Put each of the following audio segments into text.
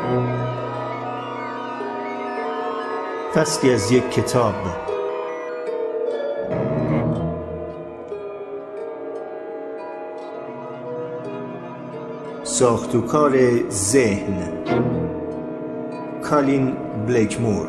فصلی از یک کتاب. ساختوکار ذهن، کالین بلیکمور.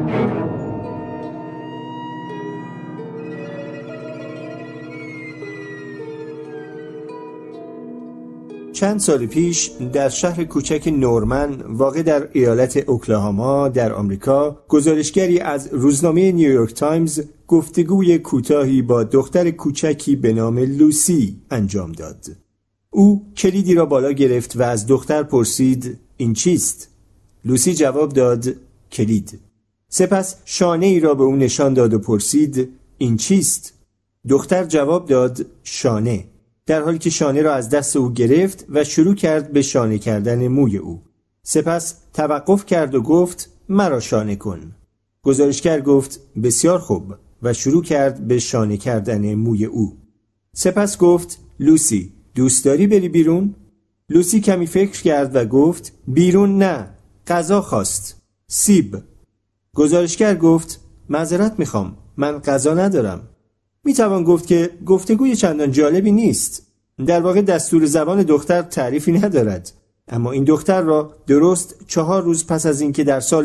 چند سال پیش در شهر کوچک نورمن واقع در ایالت اوکلاهاما در آمریکا، گزارشگری از روزنامه نیویورک تایمز گفتگوی کوتاهی با دختر کوچکی به نام لوسی انجام داد. او کلیدی را بالا گرفت و از دختر پرسید این چیست؟ لوسی جواب داد کلید. سپس شانه ای را به او نشان داد و پرسید این چیست؟ دختر جواب داد شانه، در حالی که شانه را از دست او گرفت و شروع کرد به شانه کردن موی او. سپس توقف کرد و گفت مرا شانه کن. گزارشگر گفت بسیار خوب و شروع کرد به شانه کردن موی او. سپس گفت لوسی دوست داری بری بیرون؟ لوسی کمی فکر کرد و گفت بیرون نه، غذا خواست، سیب. گزارشگر گفت معذرت میخوام، من غذا ندارم. میتوان گفت که گفتگوی چندان جالبی نیست. در واقع دستور زبان دختر تعریفی ندارد، اما این دختر را درست 4 روز پس از اینکه در سال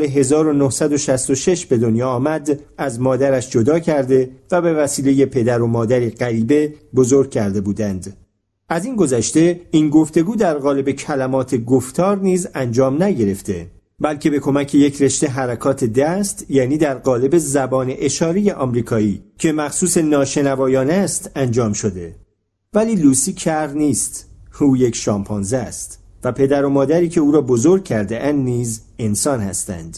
1966 به دنیا آمد از مادرش جدا کرده و به وسیله پدر و مادری غریبه بزرگ کرده بودند. از این گذشته این گفتگو در قالب کلمات گفتار نیز انجام نگرفته، بلکه به کمک یک رشته حرکات دست، یعنی در قالب زبان اشاری آمریکایی که مخصوص ناشنوایان است انجام شده. ولی لوسی کر نیست، او یک شامپانزه است و پدر و مادری که او را بزرگ کرده اند نیز انسان هستند.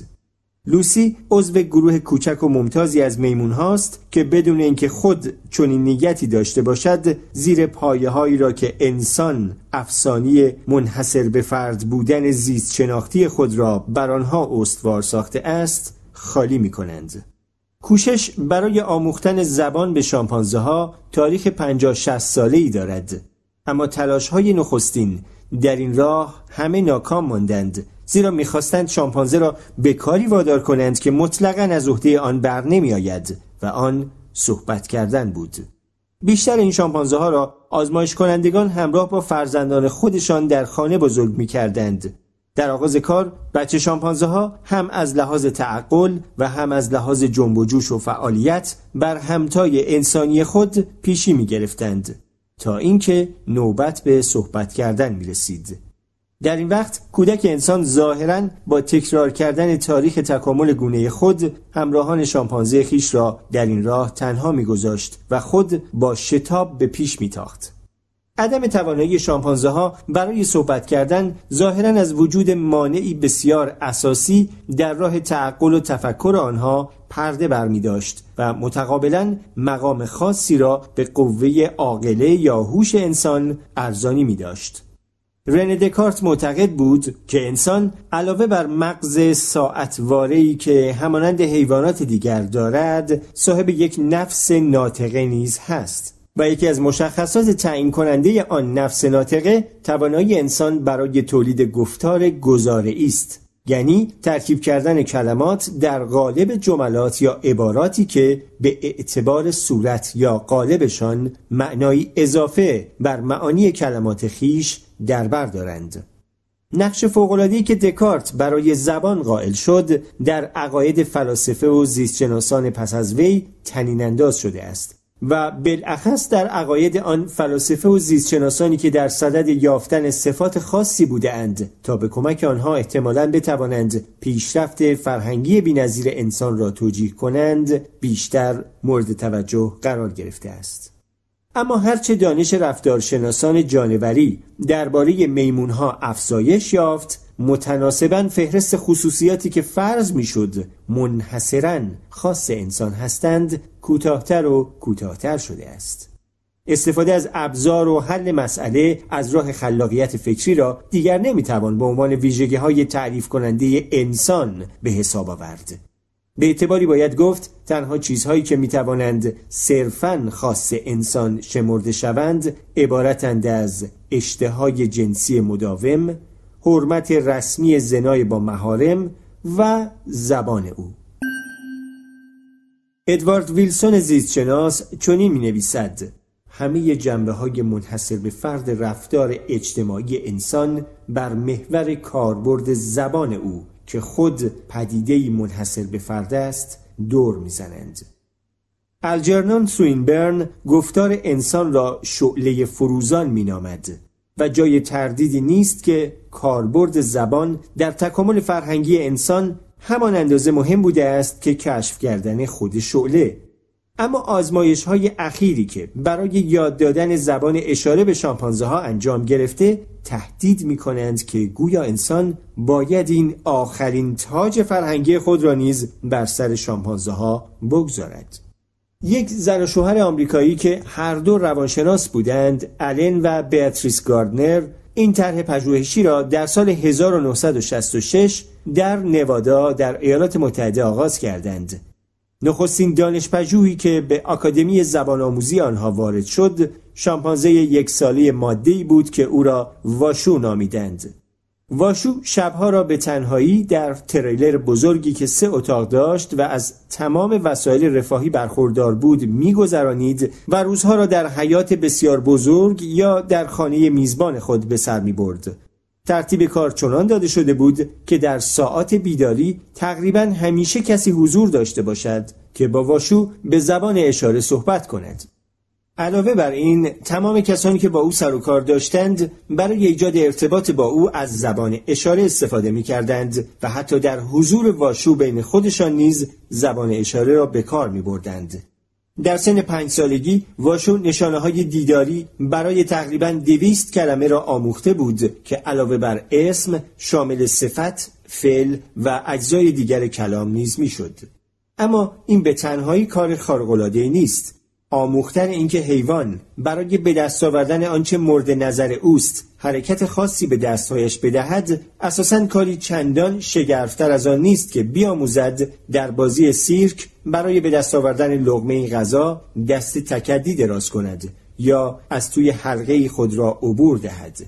لوسی عضو گروه کوچک و ممتازی از میمون هاست که بدون اینکه خود چنین نیتی داشته باشد زیر پایه‌هایی را که انسان افسانه‌ای منحصر به فرد بودن زیست شناختی خود را بر آنها استوار ساخته است خالی می‌کنند. کوشش برای آموختن زبان به شامپانزه ها تاریخ 50-60 ساله‌ای دارد، اما تلاش‌های نخستین در این راه همه ناکام ماندند، زیرا می‌خواستند شامپانزه را به کاری وادار کنند که مطلقاً از عهده آن بر نمی‌آید و آن صحبت کردن بود. بیشتر این شامپانزه ها را آزمایش کنندگان همراه با فرزندان خودشان در خانه بزرگ می‌کردند. در آغاز کار بچه شامپانزه ها هم از لحاظ تعقل و هم از لحاظ جنب و جوش و فعالیت بر همتای انسانی خود پیشی می‌گرفتند تا اینکه نوبت به صحبت کردن می‌رسید. در این وقت کودک انسان ظاهراً با تکرار کردن تاریخ تکامل گونه خود همراهان شامپانزه خیش را در این راه تنها می‌گذاشت و خود با شتاب به پیش می‌تاخت. عدم توانایی شامپانزه ها برای صحبت کردن ظاهراً از وجود مانعی بسیار اساسی در راه تعقل و تفکر آنها پرده برمی داشت و متقابلاً مقام خاصی را به قوه عاقله یا هوش انسان ارزانی می داشت. رنه دکارت معتقد بود که انسان علاوه بر مغز ساعتواره‌ای که همانند حیوانات دیگر دارد، صاحب یک نفس ناطقه نیز هست و یکی از مشخصات تعیین کننده آن نفس ناطقه توانایی انسان برای تولید گفتار گزاره‌ای است، یعنی ترکیب کردن کلمات در قالب جملات یا عباراتی که به اعتبار صورت یا قالبشان معنایی اضافه بر معانی کلمات خیش در بر دارند. نقش فوق‌العاده‌ای که دکارت برای زبان قائل شد در عقاید فلاسفه و زیستشناسان پس از وی طنین انداز شده است و بالاخص در عقاید آن فلاسفه و زیستشناسانی که در صدد یافتن صفات خاصی بودند تا به کمک آنها احتمالاً بتوانند پیشرفت فرهنگی بی‌نظیر انسان را توجیه کنند بیشتر مورد توجه قرار گرفته است. اما هرچه دانش رفتارشناسان جانوری درباره میمونها افزایش یافت، متناسباً فهرست خصوصیاتی که فرض میشد منحصراً خاص انسان هستند کوتاه‌تر و کوتاه‌تر شده است. استفاده از ابزار و حل مسئله از راه خلاقیت فکری را دیگر نمیتوان به عنوان ویژگی‌های تعریف کننده انسان به حساب آورد. به اعتباری باید گفت تنها چیزهایی که میتوانند صرفاً خاص انسان شمرده شوند عبارتند از اشتهای جنسی مداوم، حرمت رسمی زنای با محارم و زبان او. ادوارد ویلسون زیستشناس چنین می‌نویسد: همه جنبه‌های منحصر به فرد رفتار اجتماعی انسان بر محور کاربرد زبان او که خود پدیده‌ای منحصر به فرد است دور می‌زنند. الجرنون سوینبرن گفتار انسان را شعله فروزان می‌نامد و جای تردیدی نیست که کاربرد زبان در تکامل فرهنگی انسان همان اندازه مهم بوده است که کشف کردن خود شعله. اما آزمایش‌های اخیری که برای یاد دادن زبان اشاره به شامپانزه‌ها انجام گرفته تهدید می‌کنند که گویا انسان باید این آخرین تاج فرهنگی خود را نیز بر سر شامپانزه‌ها بگذارد. یک زن و شوهر آمریکایی که هر دو روانشناس بودند، آلن و بیاتریس گاردنر، این طرح پژوهشی را در سال 1966 در نوادا در ایالات متحده آغاز کردند. نخستین دانشپژوهی که به آکادمی زبان آموزی آنها وارد شد، شامپانزه 1 ساله ماده‌ای بود که او را واشو نامیدند. واشو شبها را به تنهایی در تریلر بزرگی که 3 اتاق داشت و از تمام وسایل رفاهی برخوردار بود می‌گذرانید و روزها را در حیاط بسیار بزرگ یا در خانه میزبان خود به سر می‌برد. ترتیب کار چنان داده شده بود که در ساعات بیداری تقریباً همیشه کسی حضور داشته باشد که با واشو به زبان اشاره صحبت کند. علاوه بر این، تمام کسانی که با او سر و کار داشتند برای ایجاد ارتباط با او از زبان اشاره استفاده می کردند و حتی در حضور واشو بین خودشان نیز زبان اشاره را به کار می بردند. در سن 5 سالگی واشو نشانه‌های دیداری برای تقریباً 200 کلمه را آموخته بود که علاوه بر اسم شامل صفت، فعل و اجزای دیگر کلام نیز می‌شد. اما این به تنهایی کار خارق‌العاده‌ای نیست. آموختن اینکه حیوان برای به دست آوردن آنچه مورد نظر اوست حرکت خاصی به دستهایش بدهد اساساً کاری چندان شگرفتر از آن نیست که بیاموزد در بازی سیرک برای به دست آوردن لقمه غذا دست تکدی دراز کند یا از توی حلقه خود را عبور دهد.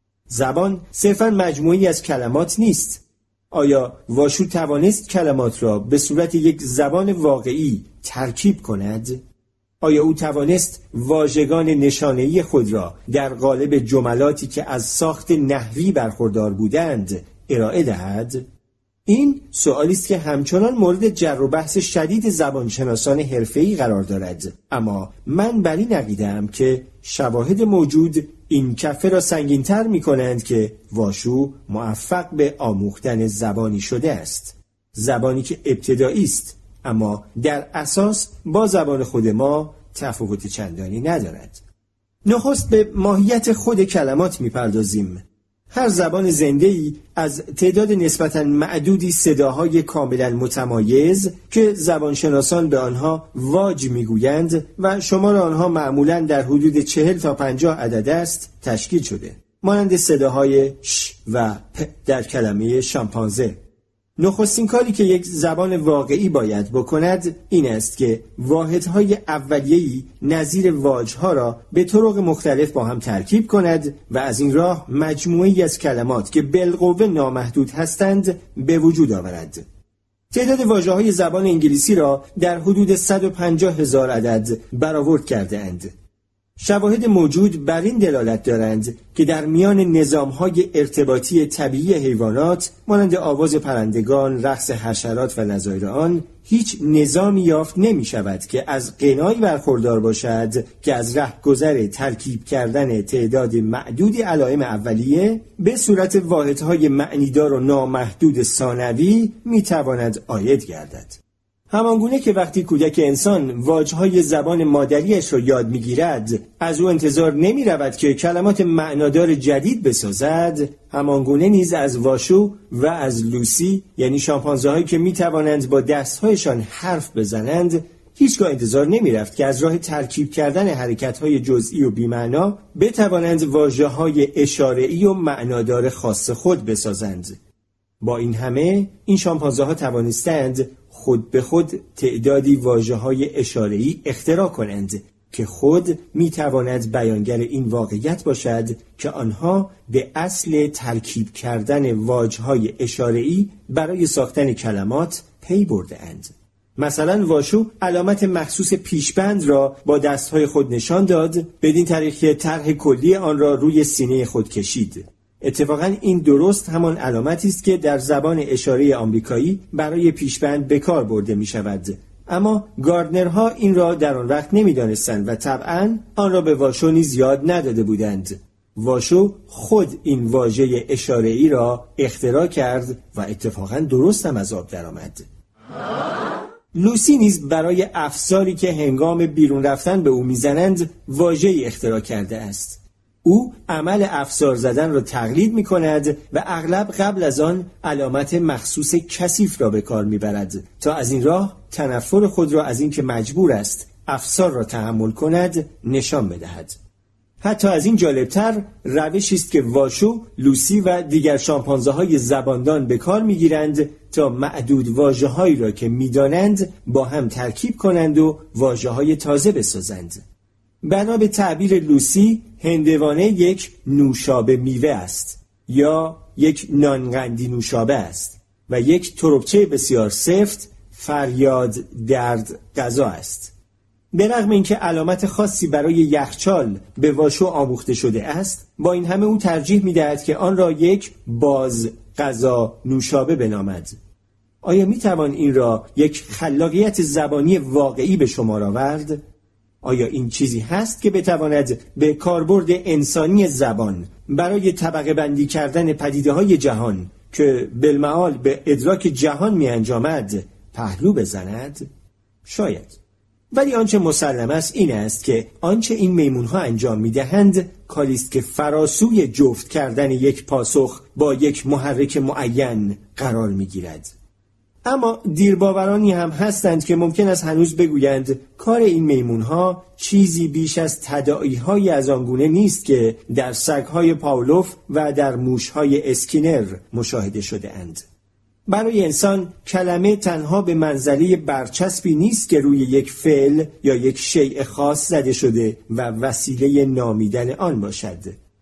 زبان صرفاً مجموعی از کلمات نیست. آیا واشو توانست کلمات را به صورت یک زبان واقعی ترکیب کند؟ آیا او توانست واژگان نشانه‌ای خود را در قالب جملاتی که از ساخت نحوی برخوردار بودند ارائه دهد؟ این سوالی است که همچنان مورد جر و بحث شدید زبانشناسان حرفه‌ای قرار دارد، اما من بر این عقیده‌ام که شواهد موجود این کفه را سنگین‌تر می‌کنند که واشو موفق به آموختن زبانی شده است، زبانی که ابتدایی است اما در اساس با زبان خود ما تفاوت چندانی ندارد. نخست به ماهیت خود کلمات می‌پردازیم. هر زبان زنده‌ای از تعداد نسبتاً معدودی صداهای کاملاً متمایز که زبانشناسان به آنها واج می‌گویند و شمار آنها معمولاً در حدود 40 تا 50 عدد است تشکیل شده، مانند صداهای ش و پ در کلمه شامپانزه. نخستین کاری که یک زبان واقعی باید بکند این است که واحدهای اولیه‌ای نظیر واژها را به طرق مختلف با هم ترکیب کند و از این راه مجموعه‌ای از کلمات که بالقوه نامحدود هستند به وجود آورد. تعداد واژه‌های زبان انگلیسی را در حدود 150,000 عدد برآورد کرده‌اند. شواهد موجود بر این دلالت دارند که در میان نظام‌های ارتباطی طبیعی حیوانات مانند آواز پرندگان، رقص حشرات و نظایر آن هیچ نظامی یافت نمی‌شود که از غنایی برخوردار باشد که از رهگذر ترکیب کردن تعداد معدودی علائم اولیه به صورت واحدهای معنیدار و نامحدود ثانوی می‌تواند عاید گردد. همانگونه که وقتی کودک انسان واژه‌های زبان مادریش را یاد می‌گیرد، از او انتظار نمی‌رود که کلمات معنادار جدید بسازد، همانگونه نیز از واشو و از لوسی، یعنی شامپانزه‌هایی که می‌توانند با دست‌هایشان حرف بزنند، هیچگاه انتظار نمی‌رفت که از راه ترکیب کردن حرکت‌های جزئی و بی‌معنا بتوانند واژه‌های اشاره‌ای و معنادار خاص خود بسازند. با این همه، این شامپانزه‌ها توانستند خود به خود تعدادی واژه‌های اشاره‌ای اختراع کنند که خود میتواند بیانگر این واقعیت باشد که آنها به اصل ترکیب کردن واژه‌های اشاره‌ای برای ساختن کلمات پی برده‌اند. مثلا واشو علامت مخصوص پیشبند را با دستهای خود نشان داد، بدین طریق که طرح کلی آن را روی سینه خود کشید. اتفاقا این درست همان علامتی است که در زبان اشاره آمریکایی برای پیشبند به کار برده می شود. اما گاردنرها این را در آن وقت نمی دانستند و طبعا آن را به واشو نیز یاد نداده بودند. واشو خود این واژه اشاره‌ای را اختراع کرد و اتفاقا درست هم از آب درآمد. لوسی نیز برای افساری که هنگام بیرون رفتن به او میزنند واژه‌ای اختراع کرده است. او عمل افسار زدن را تقلید می کند و اغلب قبل از آن علامت مخصوص کثیف را به کار می برد تا از این راه تنفر خود را از اینکه مجبور است افسار را تحمل کند نشان بدهد. حتی از این جالبتر روشی است که واشو، لوسی و دیگر شامپانزه‌های زباندان به کار می‌گیرند تا معدود واژه‌هایی را که می‌دانند با هم ترکیب کنند و واژه‌های تازه بسازند. بنا به تعبیر لوسی، هندوانه یک نوشابه میوه است یا یک نانقندی نوشابه است و یک تربچه بسیار سفت فریاد درد غذا است. به رغم اینکه علامت خاصی برای یخچال به واشو آموخته شده است، با این همه او ترجیح می‌دهد که آن را یک باز غذا نوشابه بنامد. آیا می‌توان این را یک خلاقیت زبانی واقعی به شمار آورد؟ آیا این چیزی هست که بتواند به کاربرد انسانی زبان برای طبقه بندی کردن پدیده‌های جهان که بالمعال به ادراک جهان می‌انجامد پهلو بزند؟ شاید. ولی آنچه مسلم است این است که آنچه این میمون‌ها انجام می‌دهند کاری است که فراسوی جفت کردن یک پاسخ با یک محرک معین قرار می‌گیرد. اما دیرباورانی هم هستند که ممکن است هنوز بگویند کار این میمون‌ها چیزی بیش از تداعی‌های از آنگونه نیست که در سگ‌های پاولوف و در موش‌های اسکینر مشاهده شده اند. برای انسان کلمه تنها به منزله برچسبی نیست که روی یک فعل یا یک شیء خاص زده شده و وسیله نامیدن آن باشد.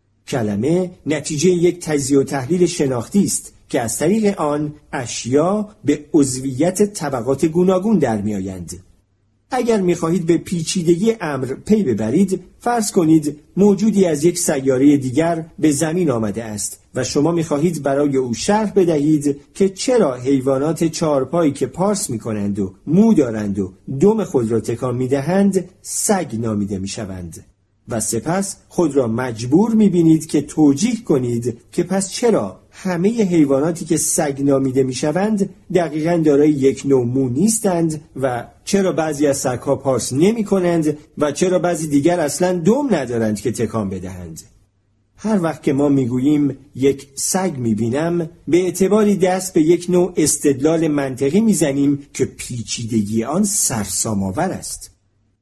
کلمه نتیجه یک تجزیه و تحلیل شناختی است که از طریق آن اشیا به عضویت طبقات گوناگون در می آیند. اگر می خواهید به پیچیدگی امر پی ببرید، فرض کنید موجودی از یک سیاره دیگر به زمین آمده است و شما می خواهید برای او شرح بدهید که چرا حیوانات چهارپایی که پارس می کنند و مو دارند و دم خود را تکان می دهند سگ نامیده می شوند. و سپس خود را مجبور می بینید که توجیه کنید که پس چرا همه حیواناتی که سگ نامیده می شوند دقیقاً دارای یک نوع مو نیستند و چرا بعضی از سگ‌ها پارس نمی کنند و چرا بعضی دیگر اصلاً دم ندارند که تکان بدهند. هر وقت که ما میگوییم یک سگ میبینم، به اعتباری دست به یک نوع استدلال منطقی میزنیم که پیچیدگی آن سرسام‌آور است.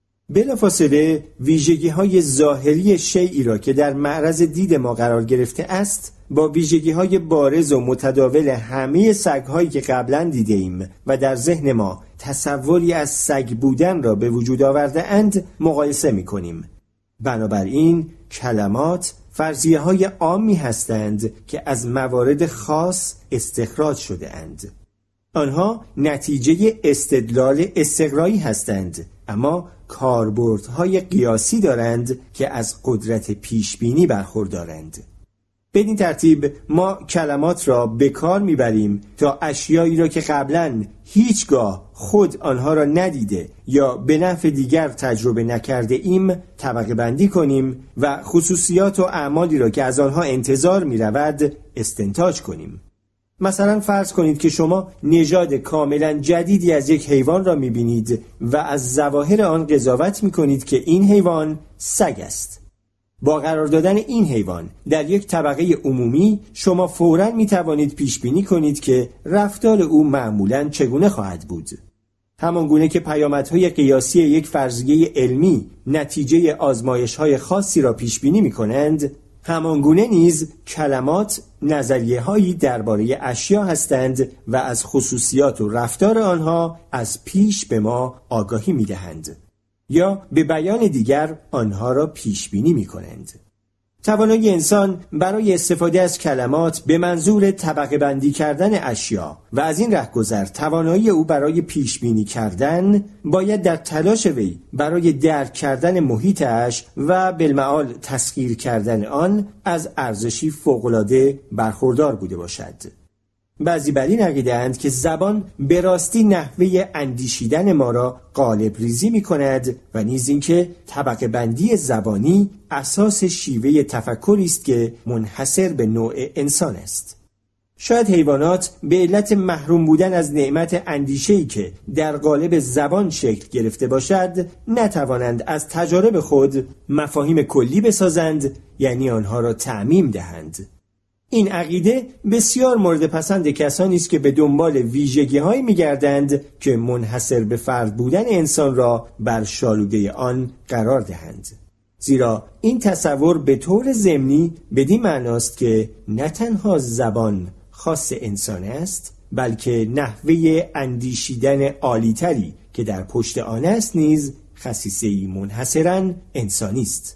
بلافاصله ویژگی‌های ظاهری شیئی را که در معرض دید ما قرار گرفته است با ویژگی‌های بارز و متداول همه سگ‌هایی که قبلا دیده‌ایم و در ذهن ما تصوری از سگ بودن را به وجود آورده اند مقایسه می‌کنیم. بنابراین کلمات فرضیه‌های عامی هستند که از موارد خاص استخراج شده اند. آنها نتیجه استدلال استقرایی هستند، اما کاربردهای قیاسی دارند که از قدرت پیشبینی برخوردارند. بدین ترتیب ما کلمات را به کار میبریم تا اشیایی را که قبلاً هیچگاه خود آنها را ندیده یا به نفع دیگر تجربه نکرده ایم طبقه بندی کنیم و خصوصیات و اعمالی را که از آنها انتظار میرود استنتاج کنیم. مثلا فرض کنید که شما نژاد کاملا جدیدی از یک حیوان را میبینید و از ظواهر آن قضاوت میکنید که این حیوان سگ است. با قرار دادن این حیوان در یک طبقه عمومی شما فوراً میتوانید پیش بینی کنید که رفتار او معمولاً چگونه خواهد بود. همانگونه که پیامدهای قیاسی یک فرضیه علمی نتیجه آزمایش‌های خاصی را پیش بینی میکنند، همانگونه نیز کلمات نظریه‌هایی درباره اشیا هستند و از خصوصیات و رفتار آنها از پیش به ما آگاهی می‌دهند. یا به بیان دیگر آنها را پیش بینی می‌کنند. توانایی انسان برای استفاده از کلمات به منظور طبقه بندی کردن اشیا و از این رهگذر توانایی او برای پیش بینی کردن باید در تلاش وی برای درک کردن محیطش و بالمعال تسخیر کردن آن از ارزشی فوق‌العاده برخوردار بوده باشد. بعضی بر این عقیده‌اند که زبان به راستی نحوه اندیشیدن ما را قالب ریزی می کند و نیز اینکه طبقه بندی زبانی اساس شیوه تفکری است که منحصر به نوع انسان است. شاید حیوانات به علت محروم بودن از نعمت اندیشه‌ای که در قالب زبان شکل گرفته باشد نتوانند از تجارب خود مفاهیم کلی بسازند، یعنی آنها را تعمیم دهند. این عقیده بسیار مورد پسند کسانی است که به دنبال ویژگی‌هایی می‌گردند که منحصر به فرد بودن انسان را بر شالوده آن قرار دهند. زیرا این تصور به طور ضمنی بدین معناست که نه تنها زبان خاص انسان است، بلکه نحوه اندیشیدن عالی‌تری که در پشت آن است نیز خصیصه‌ای منحصراً انسانی است.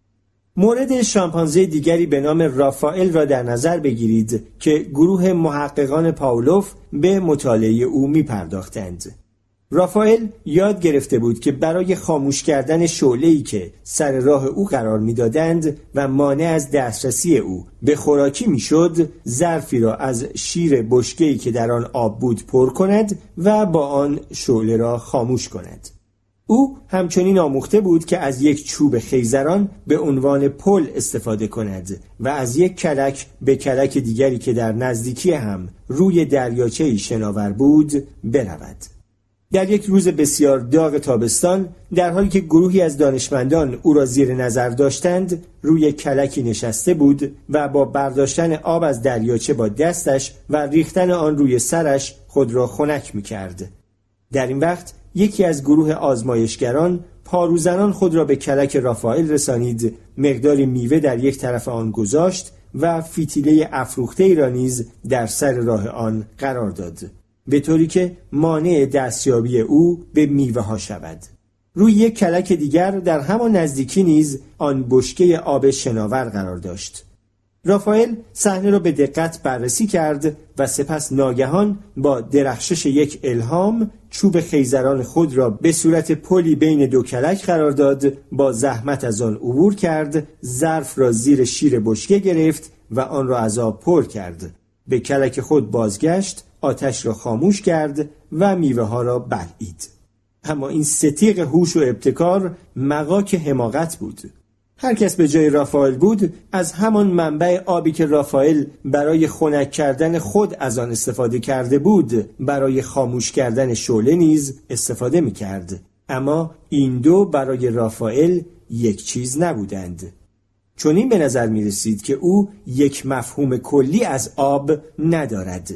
مورد شامپانزه دیگری به نام رافائل را در نظر بگیرید که گروه محققان پاولوف به مطالعه او می پرداختند. رافائل یاد گرفته بود که برای خاموش کردن شعله‌ای که سر راه او قرار می دادند و مانع از دسترسی او به خوراکی می شد، ظرفی را از شیر بشکه‌ای که در آن آب بود پر کند و با آن شعله را خاموش کند. او همچنین آموخته بود که از یک چوب خیزران به عنوان پل استفاده کند و از یک کلک به کلک دیگری که در نزدیکی هم روی دریاچه‌ای شناور بود برود. در یک روز بسیار داغ تابستان، در حالی که گروهی از دانشمندان او را زیر نظر داشتند، روی کلکی نشسته بود و با برداشتن آب از دریاچه با دستش و ریختن آن روی سرش خود را خنک می‌کرد. در این وقت یکی از گروه آزمایشگران پاروزنان خود را به کلک رافائل رسانید، مقداری میوه در یک طرف آن گذاشت و فتیله افروخته‌ای را نیز در سر راه آن قرار داد، به طوری که مانع دستیابی او به میوه ها شود. روی یک کلک دیگر در همان نزدیکی نیز آن بشکه آب شناور قرار داشت. رافائل صحنه را به دقت بررسی کرد و سپس ناگهان با درخشش یک الهام چوب خیزران خود را به صورت پلی بین دو کلک قرار داد، با زحمت از آن عبور کرد، ظرف را زیر شیر بشکه گرفت و آن را از آب پر کرد. به کلک خود بازگشت، آتش را خاموش کرد و میوه ها را بلعید. اما این ستیغ هوش و ابتکار مغاک حماقت بود. هر کس به جای رافائل بود از همان منبع آبی که رافائل برای خنک کردن خود از آن استفاده کرده بود برای خاموش کردن شعله نیز استفاده می کرد. اما این دو برای رافائل یک چیز نبودند. چون این به نظر می رسید که او یک مفهوم کلی از آب ندارد.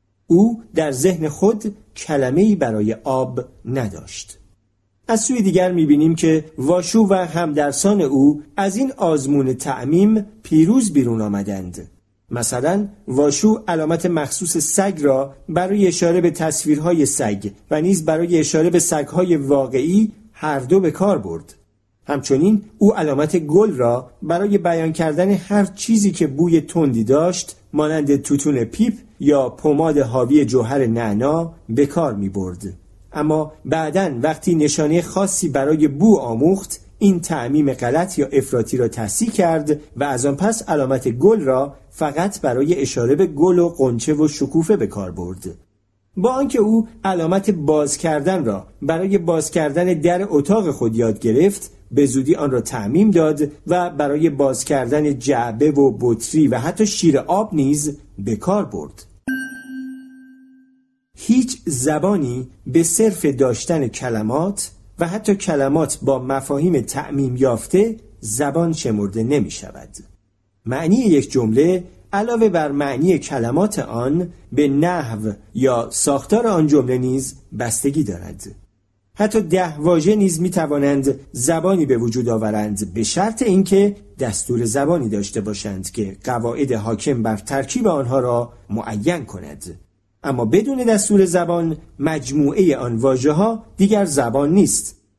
او در ذهن خود کلمه‌ای برای آب نداشت. از سوی دیگر می‌بینیم که واشو و همدرسان او از این آزمون تعمیم پیروز بیرون آمدند. مثلا واشو علامت مخصوص سگ را برای اشاره به تصویرهای سگ و نیز برای اشاره به سگ‌های واقعی هر دو به کار برد. همچنین او علامت گل را برای بیان کردن هر چیزی که بوی تندی داشت، مانند توتون پیپ یا پماد حاوی جوهر نعنا، به کار می‌برد. اما بعداً وقتی نشانه خاصی برای بو آموخت، این تعمیم غلط یا افراطی را تصحیح کرد و از آن پس علامت گل را فقط برای اشاره به گل و غنچه و شکوفه به کار برد. با آنکه او علامت باز کردن را برای باز کردن در اتاق خود یاد گرفت، به زودی آن را تعمیم داد و برای باز کردن جعبه و بطری و حتی شیر آب نیز به کار برد. هیچ زبانی به صرف داشتن کلمات و حتی کلمات با مفاهیم تعمیم یافته زبان شمرده نمی شود. معنی یک جمله علاوه بر معنی کلمات آن به نحو یا ساختار آن جمله نیز بستگی دارد. حتی 10 واژه نیز می توانند زبانی به وجود آورند، به شرط اینکه دستور زبانی داشته باشند که قواعد حاکم بر ترکیب آنها را معین کند. اما بدون دستور زبان مجموعه آن واژه‌ها دیگر زبان نیست.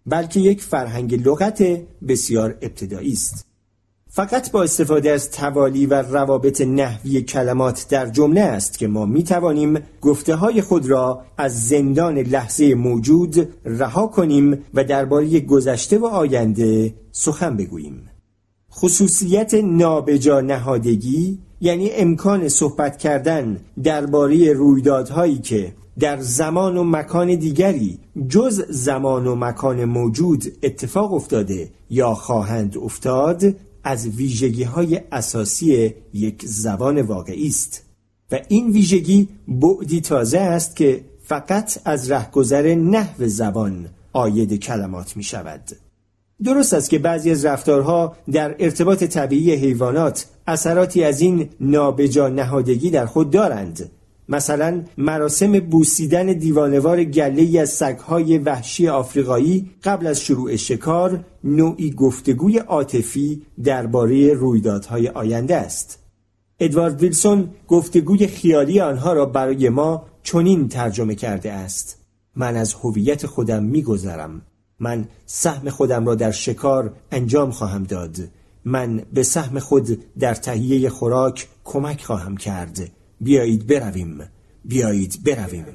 بلکه یک فرهنگ لغت بسیار ابتدایی است. فقط با استفاده از توالی و روابط نحوی کلمات در جمله است که ما می توانیم گفته های خود را از زندان لحظه موجود رها کنیم و درباره گذشته و آینده سخن بگوییم. خصوصیت نابجا نهادگی یعنی امکان صحبت کردن درباره رویدادهایی که در زمان و مکان دیگری جز زمان و مکان موجود اتفاق افتاده یا خواهند افتاد، از ویژگی‌های اساسی یک زبان واقعی است و این ویژگی بعدی تازه است که فقط از رهگذر نحو زبان عاید کلمات می شود. درست است که بعضی از رفتارها در ارتباط طبیعی حیوانات اثراتی از این نابجا نهادگی در خود دارند. مثلا مراسم بوسیدن دیوانه‌وار گله‌ای از سگ‌های وحشی آفریقایی قبل از شروع شکار نوعی گفتگوی عاطفی درباره رویدادهای آینده است. ادوارد ویلسون گفتگوی خیالی آنها را برای ما چنین ترجمه کرده است: من از هویت خودم می‌گذرم. من سهم خودم را در شکار انجام خواهم داد. من به سهم خود در تهیه خوراک کمک خواهم کرد. بیایید برویم. بیایید برویم.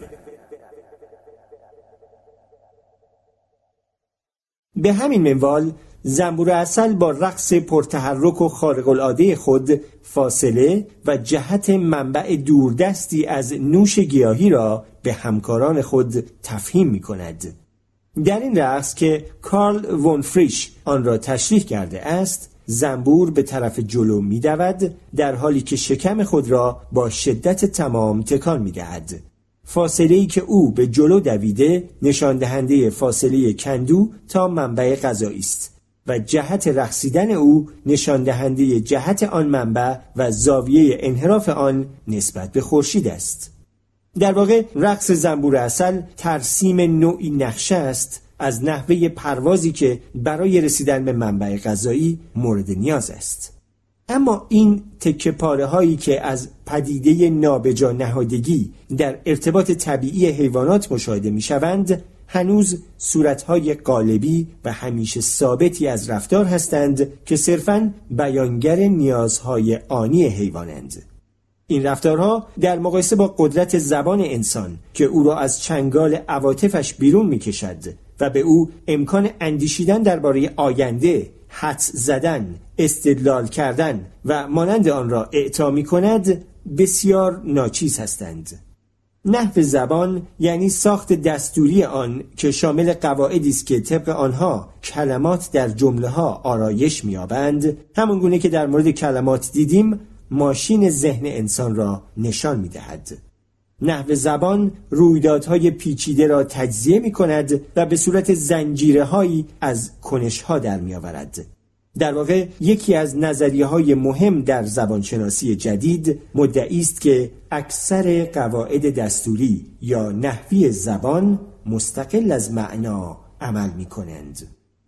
به همین منوال زنبور عسل با رقص پرتحرک و خارق العاده خود فاصله و جهت منبع دوردستی از نوش گیاهی را به همکاران خود تفهیم می کند. در این رقص که کارل وون فریش آن را تشریح کرده است، زنبور به طرف جلو می دود در حالی که شکم خود را با شدت تمام تکان می دهد. فاصله‌ای که او به جلو دویده نشان دهنده فاصله کندو تا منبع غذایی است و جهت رقصیدن او نشان دهنده جهت آن منبع و زاویه انحراف آن نسبت به خورشید است. در واقع رقص زنبور عسل ترسیم نوعی نقشه است از نحوه پروازی که برای رسیدن به منبع غذایی مورد نیاز است. اما این تکه پاره هایی که از پدیده نابجا نهادگی در ارتباط طبیعی حیوانات مشاهده می شوند، هنوز صورتهای قالبی و همیشه ثابتی از رفتار هستند که صرفاً بیانگر نیازهای آنی حیوانند. این رفتارها در مقایسه با قدرت زبان انسان که او را از چنگال عواطفش بیرون می کشد و به او امکان اندیشیدن درباره آینده، حدس زدن، استدلال کردن و مانند آن را اعطا می کند، بسیار ناچیز هستند. نحو زبان یعنی ساخت دستوری آن که شامل قواعدی است که طبق آنها کلمات در جمله‌ها آرایش می‌یابند، همون گونه که در مورد کلمات دیدیم، ماشین ذهن انسان را نشان می‌دهد. نحو زبان رویدادهای پیچیده را تجزیه می‌کند و به صورت زنجیره‌هایی از کنش‌ها در می‌آورد. در واقع یکی از نظریه‌های مهم در زبانشناسی جدید مدعی است که اکثر قواعد دستوری یا نحوی زبان مستقل از معنا عمل می‌کنند.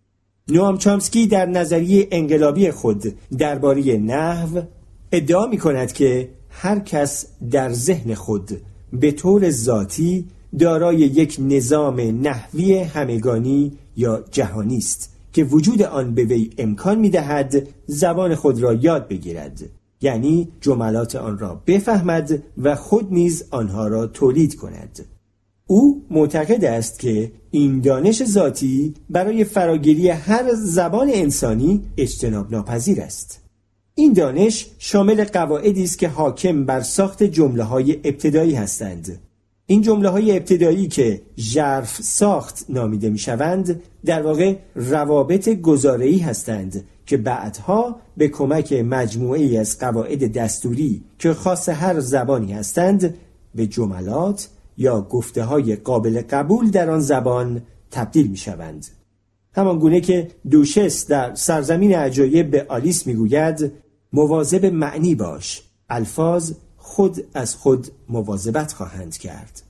نوام چامسکی در نظریه انقلابی خود درباره نحو ادعا می‌کند که هر کس در ذهن خود به طور ذاتی دارای یک نظام نحوی همگانی یا جهانی است که وجود آن به وی امکان می‌دهد زبان خود را یاد بگیرد، یعنی جملات آن را بفهمد و خود نیز آنها را تولید کند. او معتقد است که این دانش ذاتی برای فراگیری هر زبان انسانی اجتناب ناپذیر است. این دانش شامل قواعدی است که حاکم بر ساخت جمله‌های ابتدایی هستند. این جمله‌های ابتدایی که ژرف ساخت نامیده می‌شوند، در واقع روابط گزاره‌ای هستند که بعدها به کمک مجموعه‌ای از قواعد دستوری که خاص هر زبانی هستند، به جملات یا گفته‌های قابل قبول در آن زبان تبدیل می‌شوند. همان گونه که دوشس در سرزمین عجایب به آلیس می‌گوید: مواظب معنی باش، الفاظ خود از خود مواظبت خواهند کرد.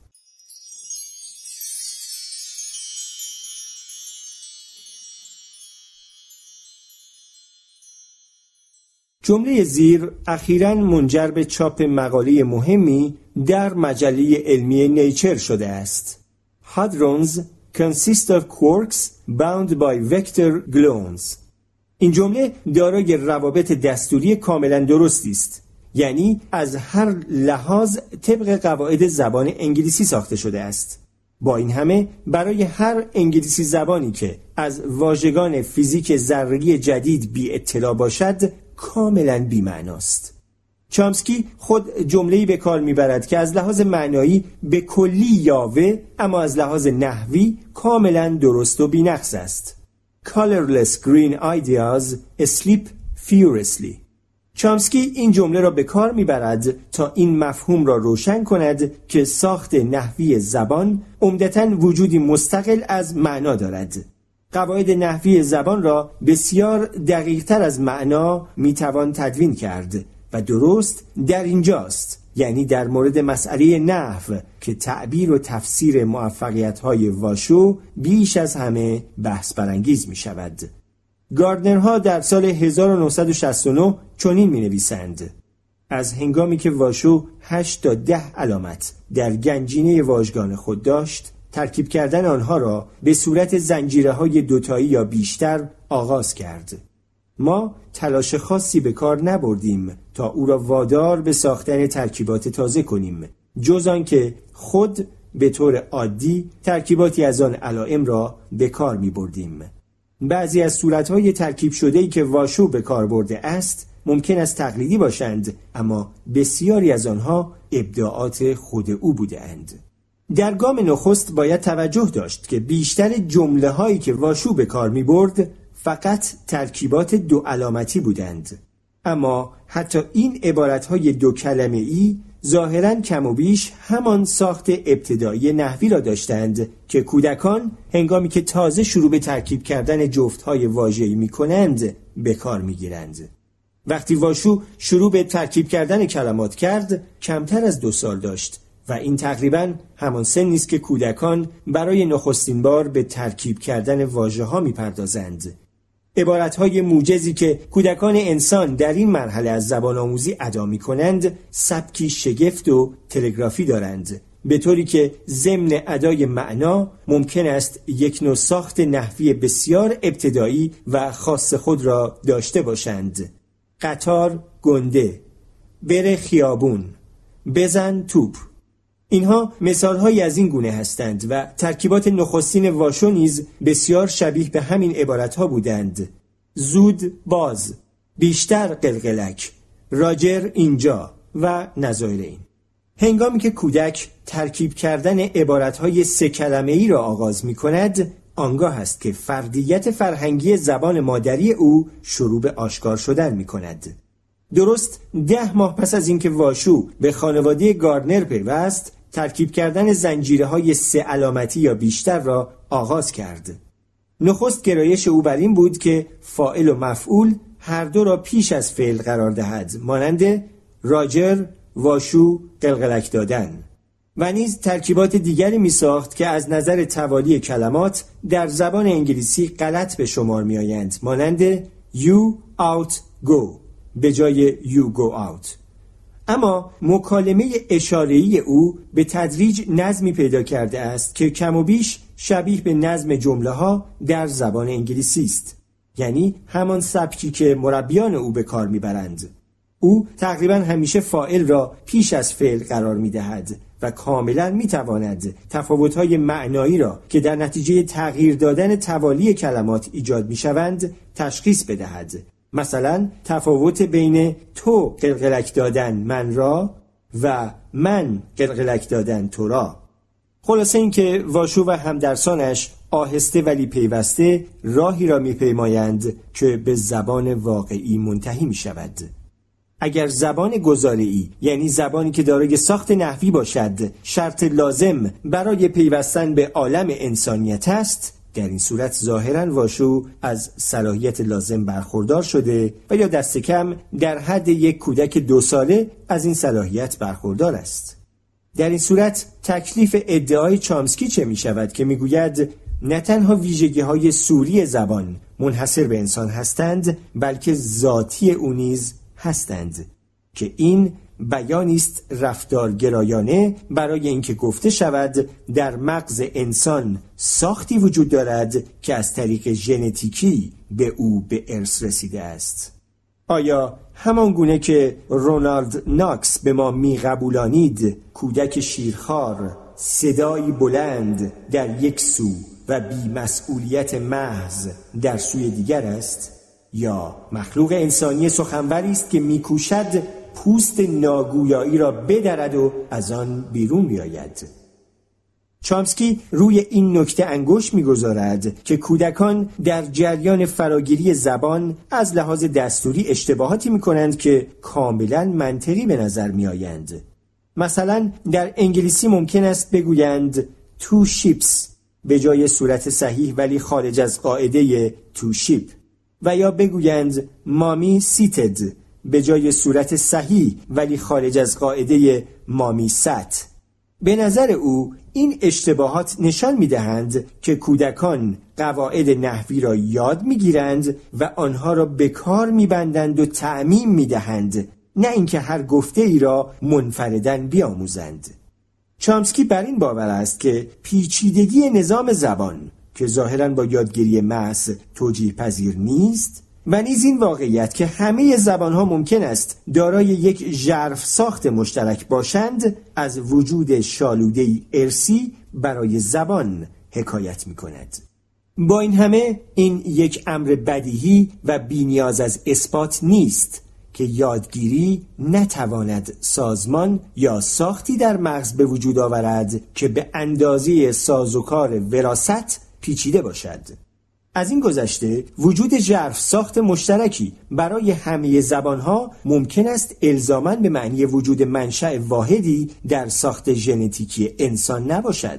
جمله زیر اخیراً منجر به چاپ مقاله مهمی در مجله علمی نیچر شده است. هادرونز consist of quarks bound by vector gluons. این جمله دارای روابط دستوری کاملا درستی است. یعنی از هر لحاظ طبق قواعد زبان انگلیسی ساخته شده است. با این همه برای هر انگلیسی زبانی که از واژگان فیزیک ذره‌ای جدید بی اطلاع باشد کاملا بی معناست. چامسکی خود جمله‌ای به کار می‌برد که از لحاظ معنایی به کلی یاوه اما از لحاظ نحوی کاملا درست و بی‌نقص است. Colorless green ideas sleep furiously. چامسکی این جمله را به کار می‌برد تا این مفهوم را روشن کند که ساخت نحوی زبان عمدتاً وجودی مستقل از معنا دارد. قواعد نحوی زبان را بسیار دقیق‌تر از معنا می‌توان تدوین کرد و درست در اینجاست، یعنی در مورد مسئله نحو که تعبیر و تفسیر موفقیت‌های واشو بیش از همه بحث برانگیز می‌شود. گاردنرها در سال 1969 چنین می‌نویسند: از هنگامی که واشو 8 تا 10 علامت در گنجینه واژگان خود داشت، ترکیب کردن آنها را به صورت زنجیره‌های دوتایی یا بیشتر آغاز کرد. ما تلاش خاصی به کار نبردیم تا او را وادار به ساختن ترکیبات تازه کنیم، جز آنکه خود به طور عادی ترکیباتی از آن علائم را به کار می بردیم. بعضی از صورتهای ترکیب شده‌ای که واشو به کار برده است ممکن است تقلیدی باشند، اما بسیاری از آنها ابداعات خود او بودند. در گام نخست باید توجه داشت که بیشتر جمله‌هایی که واشو به کار می برد فقط ترکیبات دو علامتی بودند. اما حتی این عبارتهای دو کلمه‌ای ظاهراً کم و بیش همان ساخت ابتدایی نحوی را داشتند که کودکان هنگامی که تازه شروع به ترکیب کردن جفت‌های واژه‌ای می‌کنند به کار می‌گیرند. وقتی واشو شروع به ترکیب کردن کلمات کرد کمتر از 2 سال داشت و این تقریباً همان سنی است که کودکان برای نخستین بار به ترکیب کردن واژه‌ها می‌پردازند. عبارت‌های موجزی که کودکان انسان در این مرحله از زبان آموزی ادا می‌کنند سبکی شگفت و تلگرافی دارند، به طوری که ضمن ادای معنا ممکن است یک نوع ساخت نحوی بسیار ابتدایی و خاص خود را داشته باشند. قطار گنده، بره خیابون، بزن توپ. اینها مثالهایی از این گونه هستند و ترکیبات نخستین واشو نیز بسیار شبیه به همین عبارتها بودند. زود باز، بیشتر قلقلک، راجر اینجا و نظایر این. هنگامی که کودک ترکیب کردن عبارتهای 3 کلمه‌ای را آغاز می کند، آنگاه است که فردیت فرهنگی زبان مادری او شروع به آشکار شدن می کند. درست 10 ماه پس از اینکه واشو به خانواده گاردنر پیوست، ترکیب کردن زنجیره‌های 3 علامتی یا بیشتر را آغاز کرد. نخست گرایش او بر این بود که فاعل و مفعول هر دو را پیش از فعل قرار دهد، مانند راجر، واشو، قلقلک دادن. و نیز ترکیبات دیگری می ساخت که از نظر توالی کلمات در زبان انگلیسی غلط به شمار می آیند، مانند you, out, go به جای you go out. اما مکالمه اشاره‌ای او به تدریج نظمی پیدا کرده است که کم و بیش شبیه به نظم جمله‌ها در زبان انگلیسی است، یعنی همان سبکی که مربیان او به کار می‌برند. او تقریباً همیشه فاعل را پیش از فعل قرار می‌دهد و کاملاً می‌تواند تفاوت‌های معنایی را که در نتیجه تغییر دادن توالی کلمات ایجاد می‌شوند تشخیص بدهد. مثلا تفاوت بین تو قلقلک دادن من را و من قلقلک دادن تو را. خلاصه این که واشو و همدرسانش آهسته ولی پیوسته راهی را می‌پیمایند که به زبان واقعی منتهی می‌شود. اگر زبان گزاره‌ای، یعنی زبانی که دارای ساخت نحوی باشد، شرط لازم برای پیوستن به عالم انسانیت است، در این صورت ظاهراً واشو از صلاحیت لازم برخوردار شده و یا دست کم در حد یک کودک 2 ساله از این صلاحیت برخوردار است. در این صورت تکلیف ادعای چامسکی چه می شود که می گوید نه تنها ویژگی های سوری زبان منحصر به انسان هستند بلکه ذاتی او نیز هستند، که این بیانی است رفتارگرایانه برای اینکه گفته شود در مغز انسان ساختی وجود دارد که از طریق ژنتیکی به او به ارث رسیده است. آیا همان گونه که رونالد ناکس به ما میقبولانید کودک شیرخوار صدایی بلند در یک سو و بی‌مسئولیت محض در سوی دیگر است؟ یا مخلوق انسانی سخنوری است که میکوشد پوست ناگویایی را بدرد و از آن بیرون بیاید؟ چامسکی روی این نکته انگشت می‌گذارد که کودکان در جریان فراگیری زبان از لحاظ دستوری اشتباهاتی می‌کنند که کاملاً منطقی به نظر می‌آیند. مثلا در انگلیسی ممکن است بگویند two ships به جای صورت صحیح ولی خارج از قاعده two ship، و یا بگویند مامی seated به جای صورت صحیح ولی خارج از قاعده مامی sat. به نظر او این اشتباهات نشان می‌دهند که کودکان قواعد نحوی را یاد می‌گیرند و آنها را به کار می‌بندند و تعمیم می‌دهند، نه اینکه هر گفته ای را منفرداً بیاموزند. چامسکی بر این باور است که پیچیدگی نظام زبان که ظاهراً با یادگیری محض توجیه پذیر نیست و نیز این واقعیت که همه زبانها ممکن است دارای یک ژرف ساخت مشترک باشند از وجود شالوده‌ای ارثی برای زبان حکایت می‌کند. با این همه این یک امر بدیهی و بی‌نیاز از اثبات نیست که یادگیری نتواند سازمان یا ساختی در مغز به وجود آورد که به اندازه سازوکار وراثت پیچیده باشد. از این گذشته وجود ژرف ساخت مشترکی برای همه زبانها ممکن است الزاماً به معنی وجود منشأ واحدی در ساخت ژنتیکی انسان نباشد.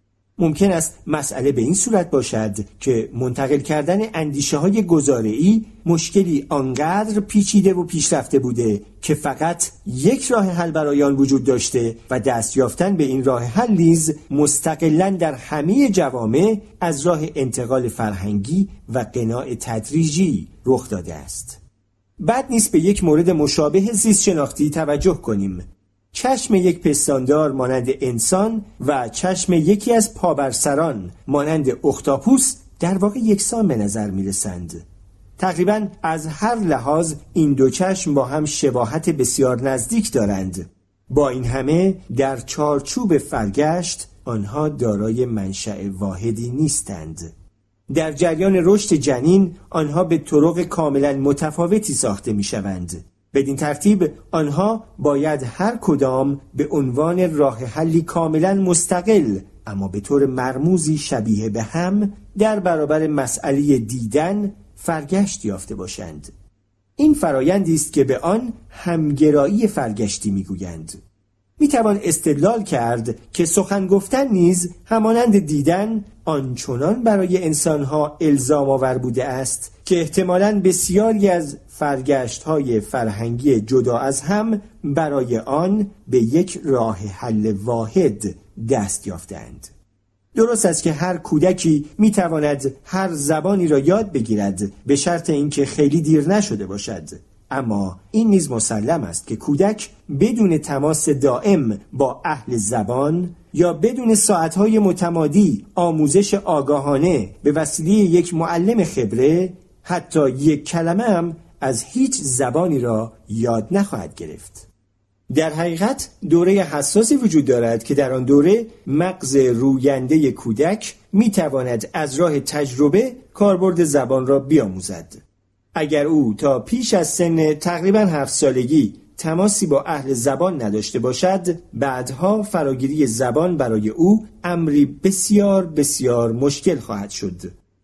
ممکن است مسئله به این صورت باشد که منتقل کردن اندیشه‌های گزاره‌ای مشکلی آنقدر پیچیده و پیشرفته بوده که فقط یک راه حل برای آن وجود داشته و دست یافتن به این راه حل نیز مستقلاً در همه جوامع از راه انتقال فرهنگی و قناع تدریجی رخ داده است. بد نیست به یک مورد مشابه زیست شناختی توجه کنیم. چشم یک پستاندار مانند انسان و چشم یکی از پابرسران مانند اختاپوس در واقع یکسان به نظر می رسند. تقریباً از هر لحاظ این دو چشم با هم شباهت بسیار نزدیک دارند. با این همه در چارچوب فرگشت آنها دارای منشأ واحدی نیستند. در جریان رشد جنین آنها به طرق کاملاً متفاوتی ساخته می شوند. بدین ترتیب آنها باید هر کدام به عنوان راه حلی کاملا مستقل اما به طور مرموزی شبیه به هم در برابر مسئله دیدن فرگشت یافته باشند. این فرایندی است که به آن همگرایی فرگشتی میگویند. میتوان استدلال کرد که سخن گفتن نیز همانند دیدن آنچنان برای انسانها الزام آور بوده است که احتمالاً بسیاری از فرگشت‌های فرهنگی جدا از هم برای آن به یک راه حل واحد دست یافتند. درست است که هر کودکی میتواند هر زبانی را یاد بگیرد به شرط اینکه خیلی دیر نشده باشد، اما این نیز مسلم است که کودک بدون تماس دائم با اهل زبان یا بدون ساعتهای متمادی آموزش آگاهانه به وسیله یک معلم خبره حتی یک کلمه هم از هیچ زبانی را یاد نخواهد گرفت. در حقیقت دوره حساسی وجود دارد که در آن دوره مغز روینده کودک میتواند از راه تجربه کاربرد زبان را بیاموزد. اگر او تا پیش از سن تقریباً 7 سالگی تماسی با اهل زبان نداشته باشد، بعدها فراگیری زبان برای او امری بسیار بسیار مشکل خواهد شد.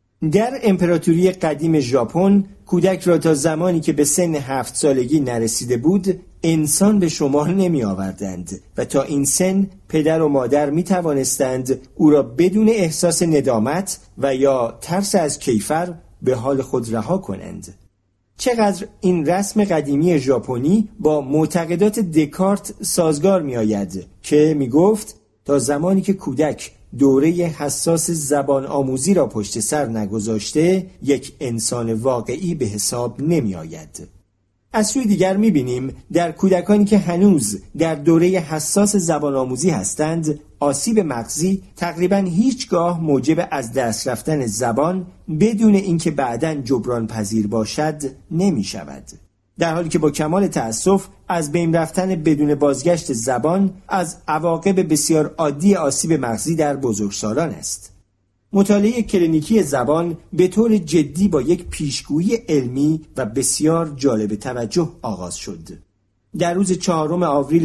در امپراتوری قدیم ژاپن کودک را تا زمانی که به سن 7 سالگی نرسیده بود انسان به شمار نمی آوردند و تا این سن پدر و مادر می توانستند او را بدون احساس ندامت و یا ترس از کیفر به حال خود رها کنند. چقدر این رسم قدیمی ژاپنی با معتقدات دکارت سازگار می آید که می گفت تا زمانی که کودک دوره حساس زبان آموزی را پشت سر نگذاشته یک انسان واقعی به حساب نمی آید. از سوی دیگر می‌بینیم در کودکانی که هنوز در دوره حساس زبان آموزی هستند، آسیب مغزی تقریباً هیچگاه موجب از دست رفتن زبان بدون اینکه بعداً جبران پذیر باشد نمی‌شود. در حالی که با کمال تأسف از بین رفتن بدون بازگشت زبان از عواقب بسیار عادی آسیب مغزی در بزرگسالان است. مطالعه کلینیکی زبان به طور جدی با یک پیشگویی علمی و بسیار جالب توجه آغاز شد. در روز 4 آوریل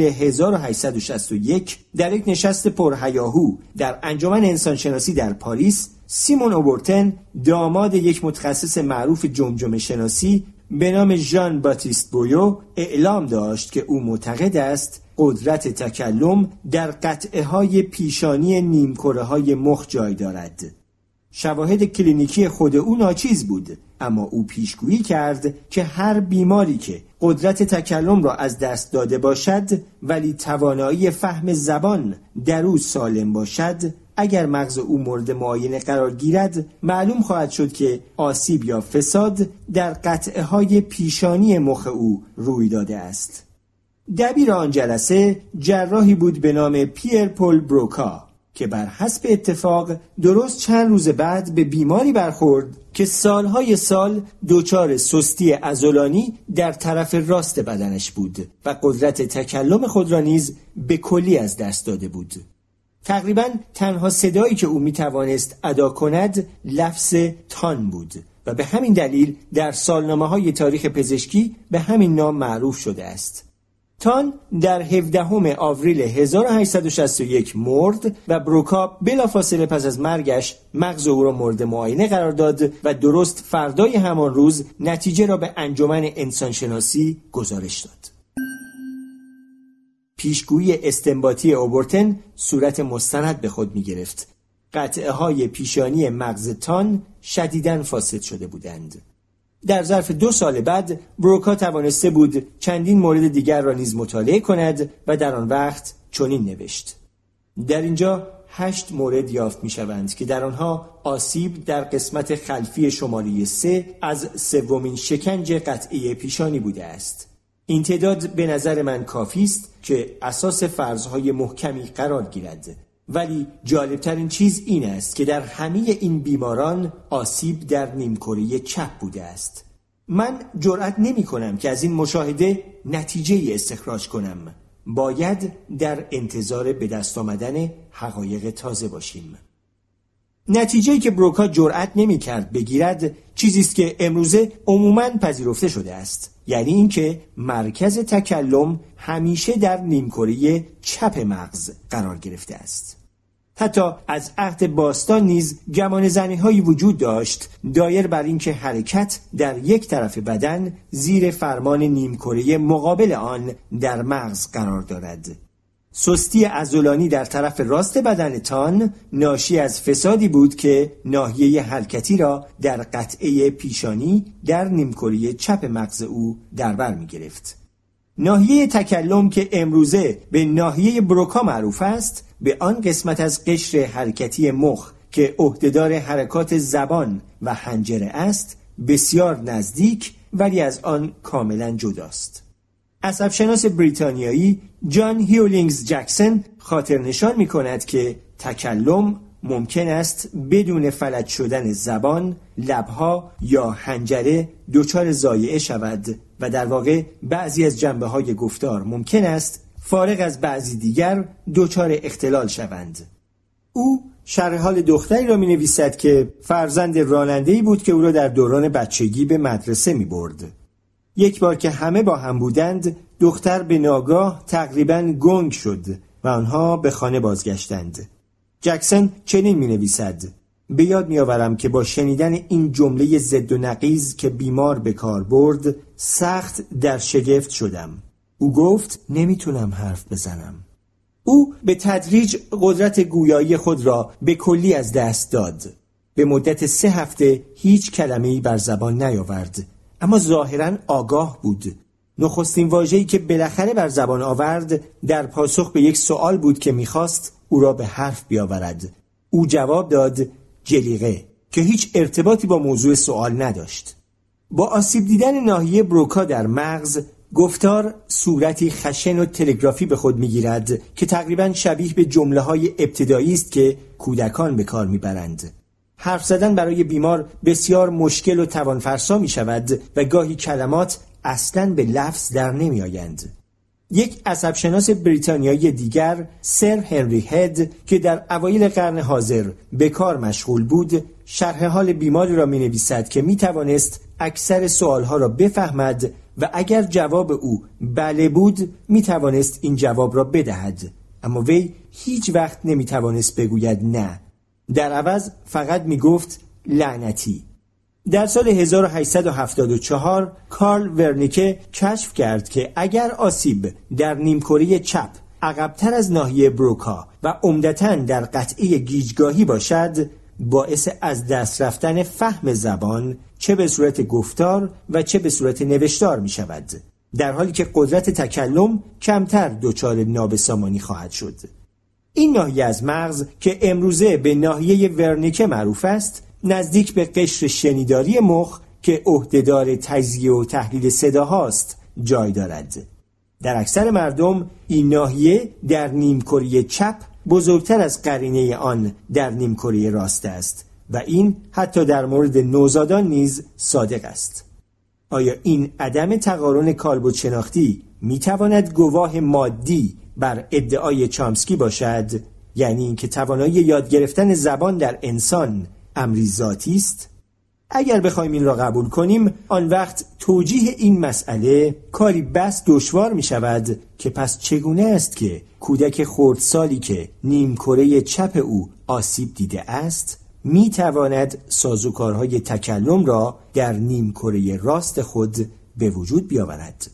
1861 در یک نشست پرهیاهو در انجمن انسانشناسی در پاریس، سیمون اوبورتن، داماد یک متخصص معروف جمجمه شناسی به نام ژان باتیست بویو، اعلام داشت که او معتقد است قدرت تکلم در قطعه‌های پیشانی نیمکره‌های مخ جای دارد. شواهد کلینیکی خود او ناچیز بود، اما او پیشگویی کرد که هر بیماری که قدرت تکلم را از دست داده باشد ولی توانایی فهم زبان در او سالم باشد، اگر مغز او مورد معاینه قرار گیرد معلوم خواهد شد که آسیب یا فساد در قطعه‌های پیشانی مخ او روی داده است. دبیر آن جلسه جراحی بود به نام پیر پل بروکا که بر حسب اتفاق درست چند روز بعد به بیماری برخورد که سالهای سال دچار سستی عضلانی در طرف راست بدنش بود و قدرت تکلم خود را نیز به کلی از دست داده بود. تقریباً تنها صدایی که او میتوانست ادا کند لفظ تان بود و به همین دلیل در سالنامه‌های تاریخ پزشکی به همین نام معروف شده است. تان در 17 آوریل 1861 مرد و بروکا بلافاصله پس از مرگش مغز او را مورد معاینه قرار داد و درست فردای همان روز نتیجه را به انجمن انسانشناسی گزارش داد. پیشگویی استنباطی اوبورتن صورت مستند به خود می گرفت. قطعه‌های پیشانی مغز تان شدیداً فاسد شده بودند. در ظرف 2 سال بعد بروکا توانسته بود چندین مورد دیگر را نیز مطالعه کند و در آن وقت چنین نوشت: در اینجا 8 مورد یافت می شوند که در آنها آسیب در قسمت خلفی شماره 3 از 3مین شکنج قطعه پیشانی بوده است. این تعداد به نظر من کافی است که اساس فرضهای محکمی قرار گیرد، ولی جالبترین چیز این است که در همه این بیماران آسیب در نیمکره چپ بوده است. من جرئت نمی کنم که از این مشاهده نتیجه استخراج کنم. باید در انتظار به دست آمدن حقایق تازه باشیم. نتیجه‌ای که بروکا جرئت نمی‌کرد بگیرد چیزی است که امروزه عموماً پذیرفته شده است، یعنی اینکه مرکز تکلم همیشه در نیمکره چپ مغز قرار گرفته است. حتی از عهد باستان نیز گمانه‌زنی‌هایی وجود داشت دایر بر اینکه حرکت در یک طرف بدن زیر فرمان نیمکره مقابل آن در مغز قرار دارد. سستی عضلانی در طرف راست بدن تان ناشی از فسادی بود که ناحیه حرکتی را در قطعه پیشانی در نیمکره چپ مغز او در بر می گرفت. ناحیه تکلم که امروزه به ناحیه بروکا معروف است، به آن قسمت از قشر حرکتی مخ که عهدهدار حرکات زبان و حنجره است بسیار نزدیک ولی از آن کاملا جداست. عصبشناس بریتانیایی جان هیولینگز جکسون خاطر نشان می کند که تکلم ممکن است بدون فلج شدن زبان، لبها یا حنجره دچار ضایعه شود و در واقع بعضی از جنبه‌های گفتار ممکن است فارغ از بعضی دیگر دچار اختلال شوند. او شرح حال دختری را می نویسد که فرزند راننده‌ای بود که او را در دوران بچگی به مدرسه می برد. یک بار که همه با هم بودند، دختر به ناگاه تقریباً گنگ شد و آنها به خانه بازگشتند. جکسون چنین می نویسد: به یاد می آورم که با شنیدن این جمله ضد و نقیض که بیمار به کار برد سخت در شگفت شدم. او گفت نمیتونم حرف بزنم. او به تدریج قدرت گویایی خود را به کلی از دست داد. به مدت 3 هفته هیچ کلمه‌ای بر زبان نیاورد، اما ظاهراً آگاه بود. نخستین واژه‌ای که بالاخره بر زبان آورد در پاسخ به یک سوال بود که می‌خواست او را به حرف بیاورد. او جواب داد جلیقه، که هیچ ارتباطی با موضوع سوال نداشت. با آسیب دیدن ناحیه بروکا در مغز، گفتار صورتی خشن و تلگرافی به خود می‌گیرد که تقریباً شبیه به جمله‌های ابتدایی است که کودکان به کار می‌برند. حرف زدن برای بیمار بسیار مشکل و توانفرسا می‌شود و گاهی کلمات اصلاً به لفظ در نمی‌آیند. یک عصبشناس بریتانیایی دیگر، سر هنری هد، که در اوایل قرن حاضر به کار مشغول بود، شرح حال بیماری را می‌نویسد که می‌توانست اکثر سوالها را بفهمد و اگر جواب او بله بود می‌توانست این جواب را بدهد، اما وی هیچ وقت نمی‌توانست بگوید نه. در عوض فقط می‌گفت لعنتی. در سال 1874 کارل ورنیکه کشف کرد که اگر آسیب در نیمکره چپ عقب‌تر از ناحیه بروکا و عمدتاً در قطعه گیجگاهی باشد، باعث از دست رفتن فهم زبان چه به صورت گفتار و چه به صورت نوشتار می شود، در حالی که قدرت تکلم کمتر دچار نابسامانی خواهد شد. این ناحیه از مغز که امروزه به ناحیه ورنیکه معروف است، نزدیک به قشر شنیداری مخ که عهدهدار تجزیه و تحلیل صداهاست جای دارد. در اکثر مردم این ناحیه در نیمکره چپ بزرگتر از قرینه آن در نیمکره راست است و این حتی در مورد نوزادان نیز صادق است. آیا این عدم تقارن کالبد شناختی میتواند گواه مادی بر ادعای چامسکی باشد، یعنی اینکه توانایی یاد گرفتن زبان در انسان امری ذاتی است؟ اگر بخوایم این را قبول کنیم، آن وقت توجیه این مسئله کاری بس دشوار می شود که پس چگونه است که کودک خردسالی که نیمکره چپ او آسیب دیده است می تواند سازوکارهای تکلم را در نیمکره راست خود به وجود بیاورد.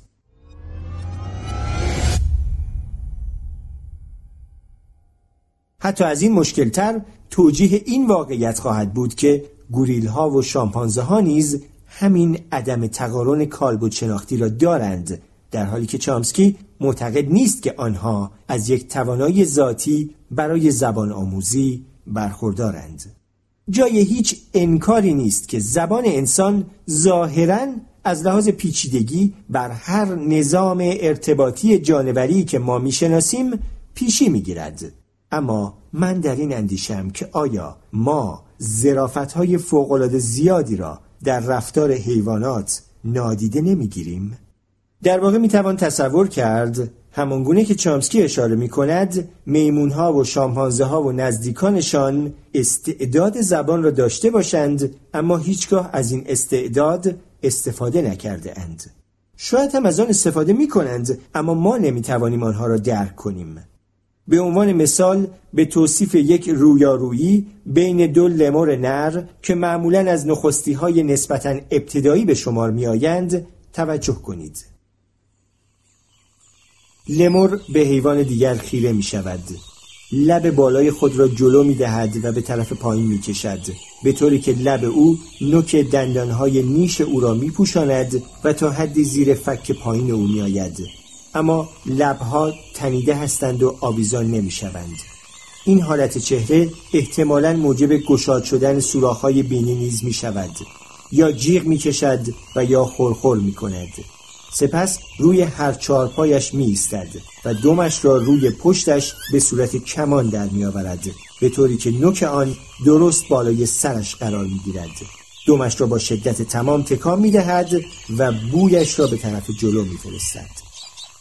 حتی از این مشکلتر توجیه این واقعیت خواهد بود که گوریل ها و شامپانزه ها نیز همین عدم تقارن کالبد شناختی را دارند، در حالی که چامسکی معتقد نیست که آنها از یک توانایی ذاتی برای زبان آموزی برخوردارند. جای هیچ انکاری نیست که زبان انسان ظاهراً از لحاظ پیچیدگی بر هر نظام ارتباطی جانوری که ما میشناسیم پیشی میگیرد. اما من در این اندیشم که آیا ما ظرافت‌های فوق‌العاده زیادی را در رفتار حیوانات نادیده نمیگیریم؟ در واقع میتوان تصور کرد همانگونه که چامسکی اشاره میکند، میمون‌ها و شامپانزه‌ها و نزدیکانشان استعداد زبان را داشته باشند اما هیچگاه از این استعداد استفاده نکرده اند. شاید هم از آن استفاده میکنند اما ما نمیتوانیم آنها را درک کنیم. به عنوان مثال به توصیف یک رویارویی بین دو لمور نر که معمولاً از نخستی‌های نسبتاً ابتدایی به شمار می‌آیند توجه کنید. لمور به حیوان دیگر خیره می‌شود. لب بالای خود را جلو می‌دهد و به طرف پایین می‌کشد، به طوری که لب او نوک دندان‌های نیش او را می‌پوشاند و تا حدی زیر فک پایین او می‌آید. اما لبها تنیده هستند و آویزان نمی‌شوند. این حالت چهره احتمالاً موجب گشاد شدن سوراخ‌های بینی نیز می‌شود، یا جیغ می‌کشد و یا خورخور می‌کند. سپس روی هر چهار پایش می‌ایستد و دمش را روی پشتش به صورت کمان در می‌آورد، به طوری که نوک آن درست بالای سرش قرار می‌گیرد. دمش را با شدت تمام تکان می‌دهد و بویش را به طرف جلو می‌فرستد.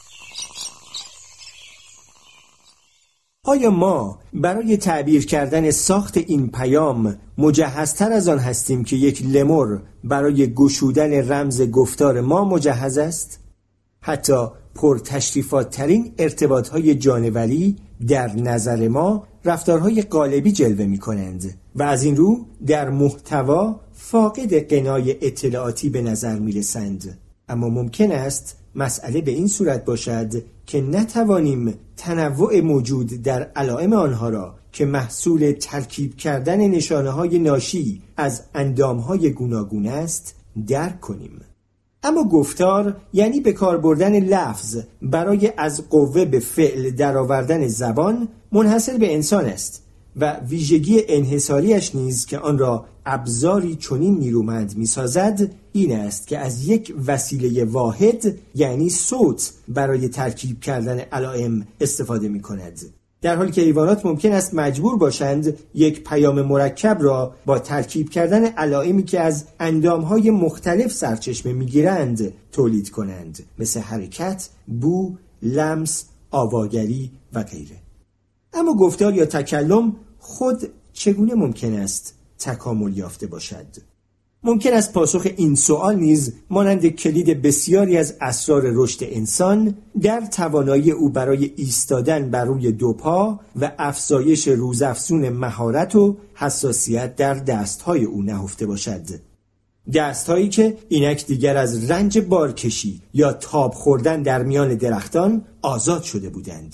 آیا ما برای تعبیر کردن ساخت این پیام مجهزتر از آن هستیم که یک لمور برای گشودن رمز گفتار ما مجهز است؟ حتی پرتشریفات ترین ارتباطهای جانوری در نظر ما رفتارهای قالبی جلوه می کنند و از این رو در محتوا فاقد غنای اطلاعاتی به نظر می رسند. اما ممکن است مسئله به این صورت باشد که نتوانیم تنوع موجود در علائم آنها را که محصول ترکیب کردن نشانه‌های ناشی از اندام‌های گوناگون است درک کنیم. اما گفتار یعنی به کار بردن لفظ برای از قوه به فعل درآوردن زبان منحصر به انسان است و ویژگی انحصاریش نیز که آن را ابزاری چنین نیرومند می‌سازد این است که از یک وسیله واحد یعنی صوت برای ترکیب کردن علائم استفاده می‌کند، در حالی که حیوانات ممکن است مجبور باشند یک پیام مرکب را با ترکیب کردن علائمی که از اندام‌های مختلف سرچشمه می‌گیرند تولید کنند، مثل حرکت، بو، لمس، آواگری و غیره. اما گفتار یا تکلم خود چگونه ممکن است تکامل یافته باشد؟ ممکن است پاسخ این سوال نیز مانند کلید بسیاری از اسرار رشد انسان در توانایی او برای ایستادن بر روی دو پا و افزایش روزافزون مهارت و حساسیت در دستهای او نهفته باشد. دستهایی که اینک دیگر از رنج بارکشی یا تاب خوردن در میان درختان آزاد شده بودند.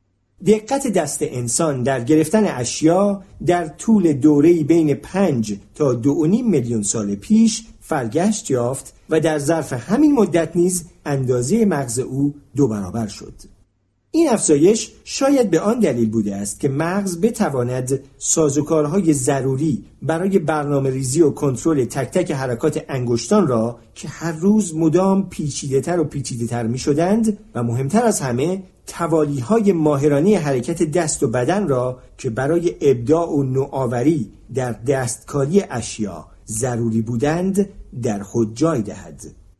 دقت دست انسان در گرفتن اشیا در طول دوره‌ای بین 5 تا 2.5 میلیون سال پیش فرگشت یافت و در ظرف همین مدت نیز اندازه مغز او 2 برابر شد. این افزایش شاید به آن دلیل بوده است که مغز بتواند سازوکارهای ضروری برای برنامه‌ریزی و کنترل تک تک حرکات انگشتان را که هر روز مدام پیچیده‌تر و پیچیده‌تر می‌شدند و مهمتر از همه توالیهای ماهرانه حرکت دست و بدن را که برای ابداع و نوآوری در دستکاری اشیا ضروری بودند در خود جای دهد.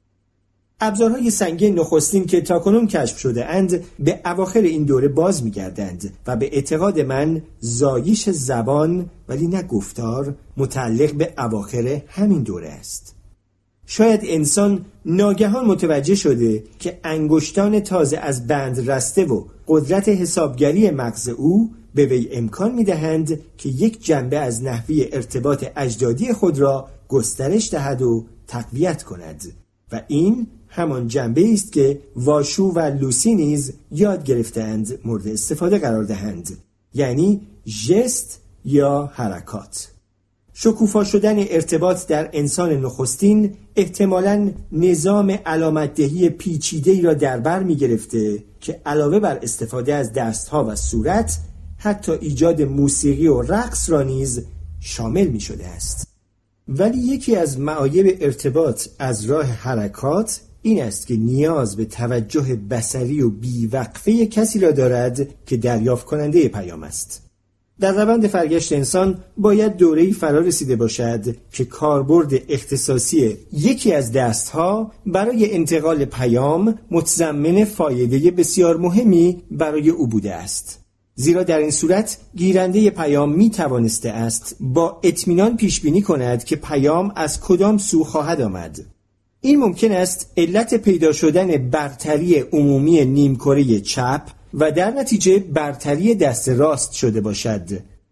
ابزارهای سنگین نخستین که تاکنون کشف شده اند به اواخر این دوره باز می‌گردند و به اعتقاد من زایش زبان ولی نه گفتار متعلق به اواخر همین دوره است. شاید انسان ناگهان متوجه شده که انگشتان تازه از بند رسته و قدرت حسابگری مغز او به وی امکان می‌دهند که یک جنبه از نحوه ارتباط اجدادی خود را گسترش دهد و تقویت کند و این همان جنبه است که واشو و لوسی نیز یاد گرفتند مورد استفاده قرار دهند، یعنی ژست یا حرکات. شکوفا شدن ارتباط در انسان نخستین احتمالاً نظام علامت‌دهی پیچیده‌ای را در بر می‌گرفته که علاوه بر استفاده از دستها و صورت حتی ایجاد موسیقی و رقص را نیز شامل می‌شده است. ولی یکی از معایب ارتباط از راه حرکات این است که نیاز به توجه بصری و بیوقفه کسی را دارد که دریافت کننده پیام است. در روند فرگشت انسان باید دوره‌ای فرا رسیده باشد که کاربرد اختصاصی یکی از دستها برای انتقال پیام متضمن فایده بسیار مهمی برای او بوده است. زیرا در این صورت گیرنده پیام می توانسته است با اطمینان پیش بینی کند که پیام از کدام سو خواهد آمد. این ممکن است علت پیدا شدن برتری عمومی نیمکره چپ و در نتیجه برتری دست راست شده باشد.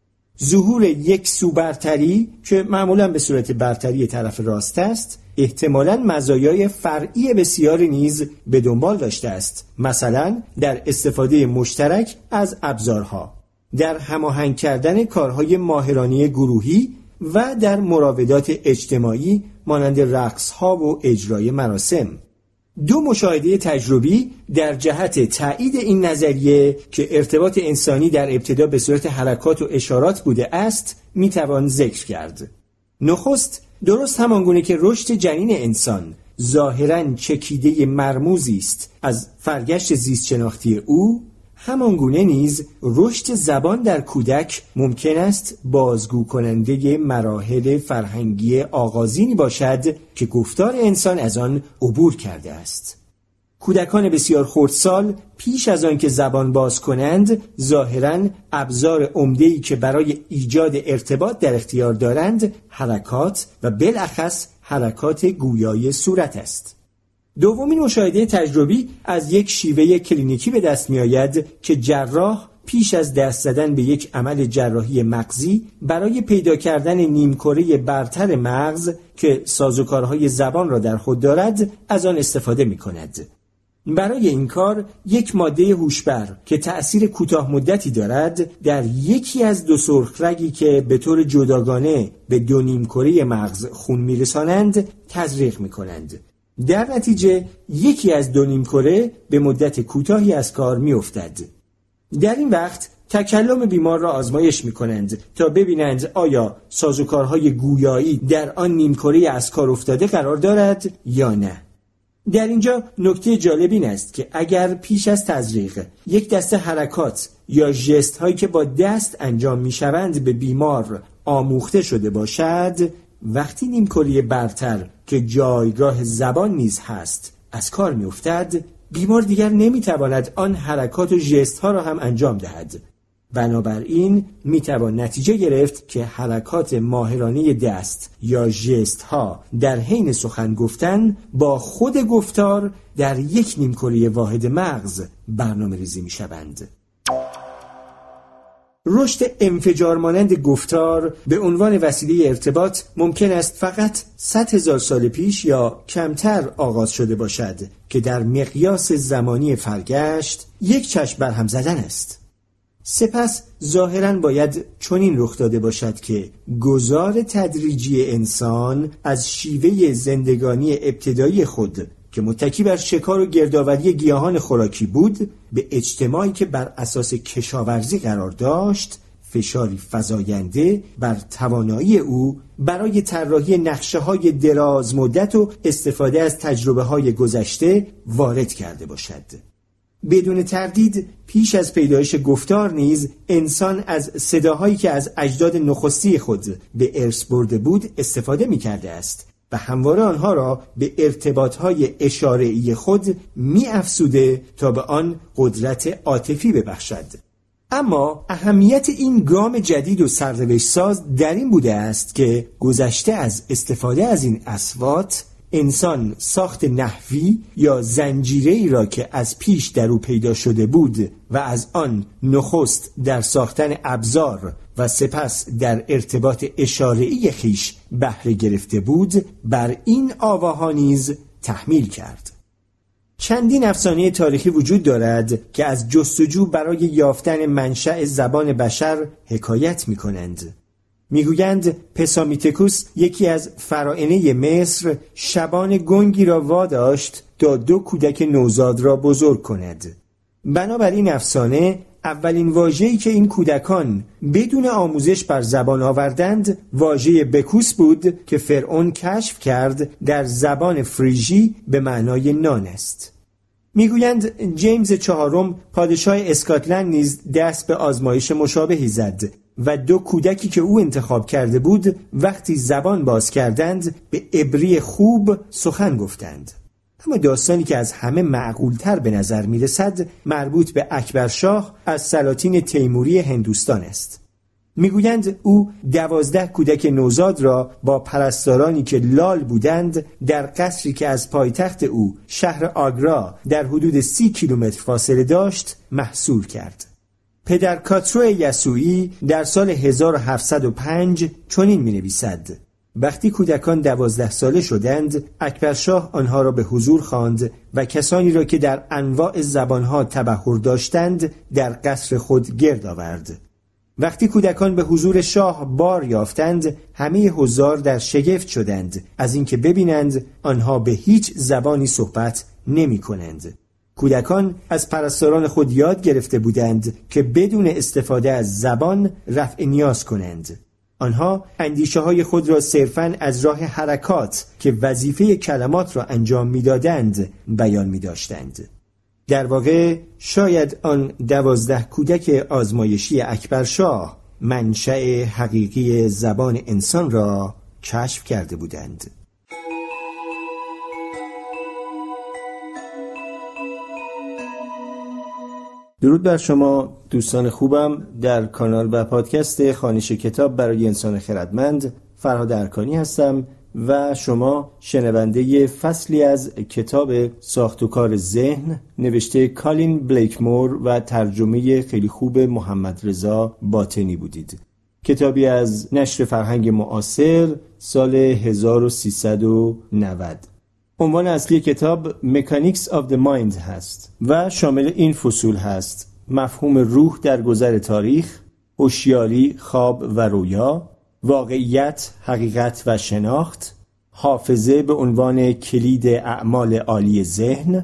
ظهور یک سو برتری که معمولاً به صورت برتری طرف راست است، احتمالاً مزایای فرعی بسیاری نیز به دنبال داشته است، مثلا در استفاده مشترک از ابزارها، در هماهنگ کردن کارهای ماهرانه گروهی و در مراودات اجتماعی مانند رقص‌ها و اجرای مراسم. 2 مشاهده تجربی در جهت تایید این نظریه که ارتباط انسانی در ابتدا به صورت حرکات و اشارات بوده است میتوان ذکر کرد. نخست، درست همانگونه که رشد جنین انسان ظاهراً چکیده مرموزی است از فرگشت زیست شناختی او، همانگونه نیز رشد زبان در کودک ممکن است بازگو کننده مراحل فرهنگی آغازینی باشد که گفتار انسان از آن عبور کرده است. کودکان بسیار خردسال پیش از آن که زبان باز کنند ظاهراً ابزار عمده‌ای که برای ایجاد ارتباط در اختیار دارند حرکات و بالاخص حرکات گویای صورت است. دومین مشاهده تجربی از یک شیوه کلینیکی به دست می آید که جراح پیش از دست زدن به یک عمل جراحی مغزی برای پیدا کردن نیمکره برتر مغز که سازوکارهای زبان را در خود دارد از آن استفاده می کند. برای این کار یک ماده هوشبر که تأثیر کوتاه مدتی دارد در یکی از 2 سرخرگی که به طور جداگانه به 2 نیمکره مغز خون می رسانند تزریق می کنند. در نتیجه یکی از 2 نیمکره به مدت کوتاهی از کار می افتد. در این وقت تکلم بیمار را آزمایش می‌کنند تا ببینند آیا سازوکارهای گویایی در آن نیمکره از کار افتاده قرار دارد یا نه. در اینجا نکته جالب این است که اگر پیش از تزریق یک دسته حرکات یا ژست هایی که با دست انجام می‌شوند به بیمار آموخته شده باشد، وقتی نیمکره برتر که جایگاه زبان نیز هست از کار می‌افتد، بیمار دیگر نمی‌تواند آن حرکات و ژست ها را هم انجام دهد. بنابراین میتوان نتیجه گرفت که حرکات ماهرانه دست یا ژست ها در حین سخن گفتن با خود گفتار در یک نیمکره واحد مغز برنامه ریزی میشوند. رشد انفجار مانند گفتار به عنوان وسیله ارتباط ممکن است فقط 100,000 سال پیش یا کمتر آغاز شده باشد که در مقیاس زمانی فرگشت یک چشم برهم زدن است. سپس ظاهراً باید چنین رخ داده باشد که گذار تدریجی انسان از شیوه زندگانی ابتدایی خود که متکی بر شکار و گردآوری گیاهان خوراکی بود به اجتماعی که بر اساس کشاورزی قرار داشت، فشاری فزاینده بر توانایی او برای طراحی نقشه‌های دراز مدت و استفاده از تجربه‌های گذشته وارد کرده باشد. بدون تردید پیش از پیدایش گفتار نیز انسان از صداهایی که از اجداد نخستی خود به ارث برده بود استفاده می‌کرده است و همواره آنها را به ارتباطهای اشاره‌ای خود می‌افزوده تا به آن قدرت عاطفی ببخشد. اما اهمیت این گام جدید و سرنوشت ساز در این بوده است که گذشته از استفاده از این اصوات، انسان ساخت نحوی یا زنجیره‌ای را که از پیش در او پیدا شده بود و از آن نخست در ساختن ابزار و سپس در ارتباط اشاره‌ای خویش بهره گرفته بود، بر این آواها نیز تحمیل کرد. چندین افسانه تاریخی وجود دارد که از جستجو برای یافتن منشأ زبان بشر حکایت می‌کنند. میگویند پسامیتکوس یکی از فراعنه مصر شبان گنگی را واداشت تا 2 کودک نوزاد را بزرگ کند. بنابراین افسانه اولین واژه‌ای که این کودکان بدون آموزش بر زبان آوردند واژه بکوس بود که فرعون کشف کرد در زبان فریژی به معنای نان است. میگویند جیمز چهارم پادشاه اسکاتلند نیز دست به آزمایش مشابهی زد و 2 کودکی که او انتخاب کرده بود وقتی زبان باز کردند به عبری خوب سخن گفتند. اما داستانی که از همه معقولتر به نظر می رسد مربوط به اکبرشاه از سلاطین تیموری هندوستان است. میگویند او 12 کودک نوزاد را با پرستارانی که لال بودند در قصری که از پایتخت او شهر آگرا در حدود 30 کیلومتر فاصله داشت محصور کرد. پدر کاترو یسوعی در سال 1705 چنین می نویسد: وقتی کودکان 12 ساله شدند، اکبرشاه آنها را به حضور خواند و کسانی را که در انواع زبانها تبحر داشتند در قصر خود گرد آورد. وقتی کودکان به حضور شاه بار یافتند، همه حضار در شگفت شدند از اینکه ببینند آنها به هیچ زبانی صحبت نمی کنند. کودکان از پرستاران خود یاد گرفته بودند که بدون استفاده از زبان رفع نیاز کنند. آنها اندیشه های خود را صرفاً از راه حرکات که وظیفه کلمات را انجام می‌دادند بیان می‌داشتند. در واقع شاید آن 12 کودک آزمایشی اکبرشاه منشأ حقیقی زبان انسان را کشف کرده بودند. درود بر شما دوستان خوبم. در کانال و پادکست خوانش کتاب برای انسان خردمند فرهاد ارکانی هستم و شما شنونده فصلی از کتاب ساخت و کار ذهن نوشته کالین بلیکمور و ترجمه خیلی خوب محمد رضا باطنی بودید. کتابی از نشر فرهنگ معاصر سال 1390. عنوان اصلی کتاب مکانیکس آف د مایند هست و شامل این فصول هست: مفهوم روح در گذر تاریخ، هوشیاری، خواب و رویا، واقعیت، حقیقت و شناخت، حافظه به عنوان کلید اعمال عالی ذهن،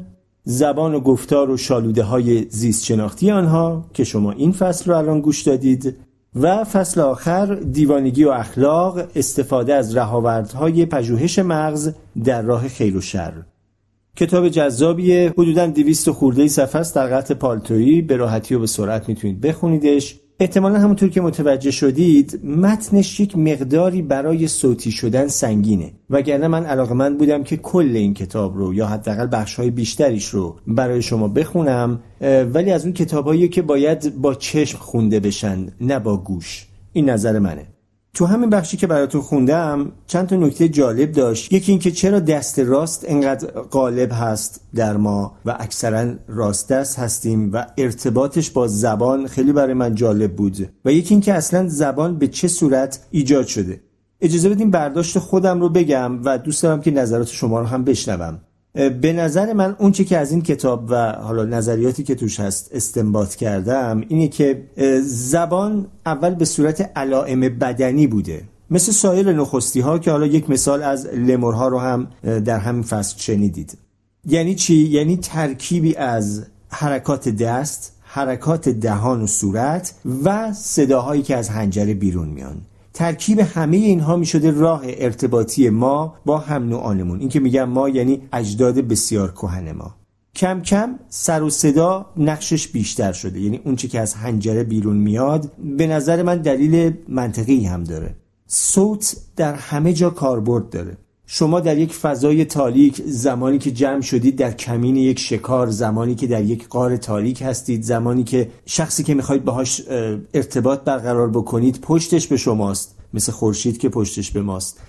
زبان و گفتار و شالوده‌های زیست شناختی آنها که شما این فصل رو الان گوش دادید، و فصل آخر دیوانگی و اخلاق، استفاده از رهاوردهای پژوهش مغز در راه خیر و شر. کتاب جذابیه، حدوداً 200 خورده صفحه است در قطع پالتویی، به راحتی و به سرعت میتونید بخونیدش. احتمالاً همونطور که متوجه شدید متنش یک مقداری برای صوتی شدن سنگینه، وگرنه من علاقه‌مند بودم که کل این کتاب رو یا حداقل بخش‌های بیشتریش رو برای شما بخونم، ولی از اون کتابایی که باید با چشم خونده بشن نه با گوش. این نظر منه. تو همین بخشی که براتون خوندم چند تا نکته جالب داشت. یکی این که چرا دست راست انقدر غالب هست در ما و اکثرا راست دست هستیم و ارتباطش با زبان خیلی برای من جالب بود، و یکی این که اصلا زبان به چه صورت ایجاد شده. اجازه بدین برداشت خودم رو بگم و دوست دارم که نظرات شما رو هم بشنوم. به نظر من اون چی که از این کتاب و حالا نظریاتی که توش هست استنباط کردم اینه که زبان اول به صورت علائم بدنی بوده، مثل سایر نخستی ها که حالا یک مثال از لمورها رو هم در همین فصل شنیدید. یعنی چی؟ یعنی ترکیبی از حرکات دست، حرکات دهان و صورت و صداهایی که از حنجره بیرون میان. ترکیب همه اینها می شده راه ارتباطی ما با هم نوعانمون. این که میگم ما یعنی اجداد بسیار کهن ما. کم کم سر و صدا نقشش بیشتر شده، یعنی اون چی که از حنجره بیرون میاد به نظر من دلیل منطقی هم داره. صوت در همه جا کاربرد داره. شما در یک فضای تاریک، زمانی که جمع شدید در کمین یک شکار، زمانی که در یک غار تاریک هستید، زمانی که شخصی که میخواید باهاش ارتباط برقرار بکنید پشتش به شماست، مثل خورشید که پشتش به ماست،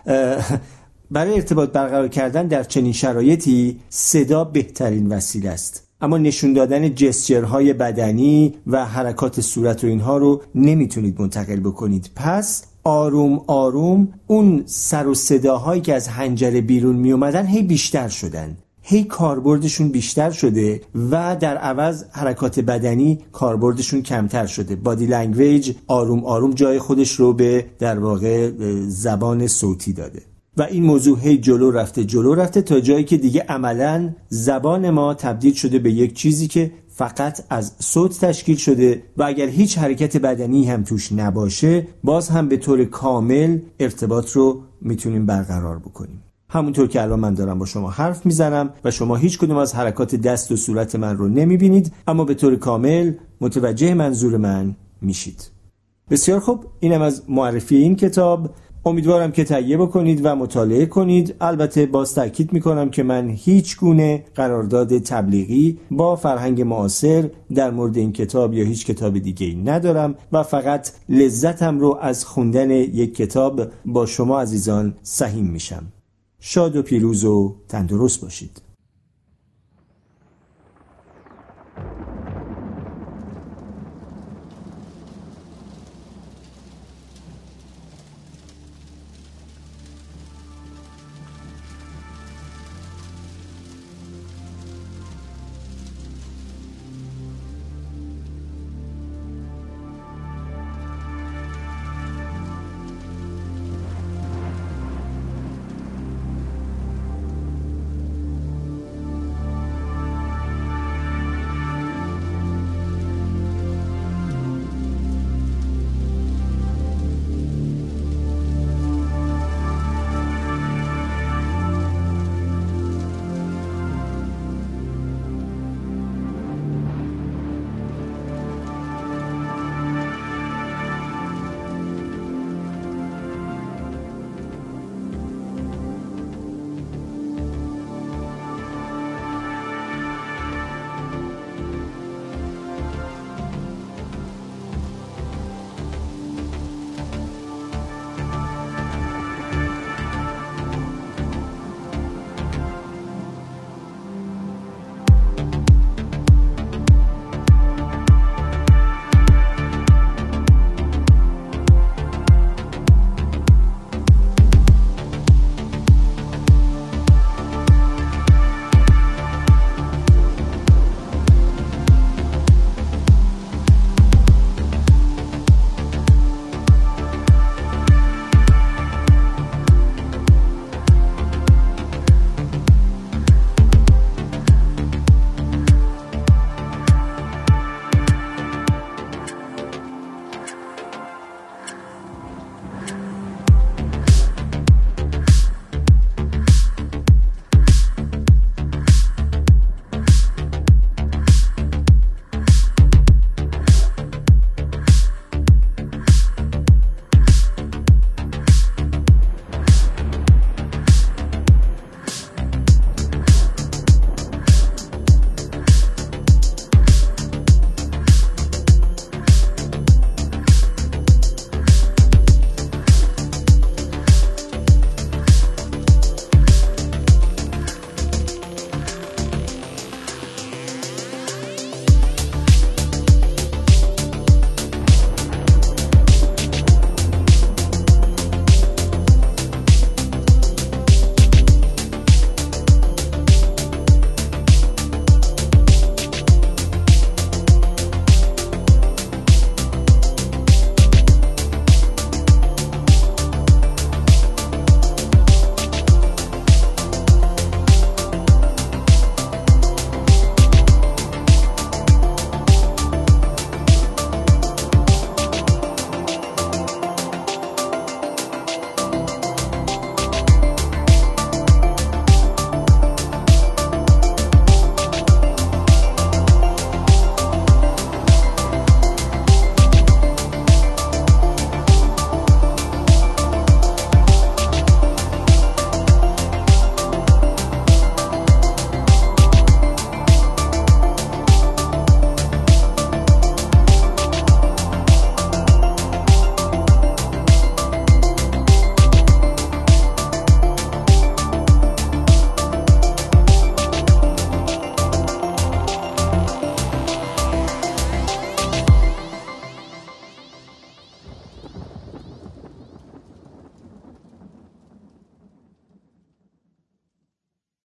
برای ارتباط برقرار کردن در چنین شرایطی صدا بهترین وسیله است. اما نشون دادن جسچرهای بدنی و حرکات صورت و اینها رو نمیتونید منتقل بکنید. پس آروم آروم اون سر و صداهایی که از حنجره بیرون می اومدن هی بیشتر شدن، هی کاربردشون بیشتر شده و در عوض حرکات بدنی کاربردشون کمتر شده. بادی لنگویج آروم آروم جای خودش رو به در واقع زبان صوتی داده و این موضوع هی جلو رفته تا جایی که دیگه عملاً زبان ما تبدیل شده به یک چیزی که فقط از صوت تشکیل شده و اگر هیچ حرکت بدنی هم توش نباشه باز هم به طور کامل ارتباط رو میتونیم برقرار بکنیم. همونطور که الان من دارم با شما حرف میزنم و شما هیچ کدوم از حرکات دست و صورت من رو نمیبینید، اما به طور کامل متوجه منظور من میشید. بسیار خوب، اینم از معرفی این کتاب. امیدوارم که تهیه بکنید و مطالعه کنید. البته باز تاکید میکنم که من هیچ گونه قرارداد تبلیغی با فرهنگ معاصر در مورد این کتاب یا هیچ کتاب دیگه‌ای ندارم و فقط لذتم رو از خوندن یک کتاب با شما عزیزان سهیم میشم. شاد و پیروز و تندرست باشید.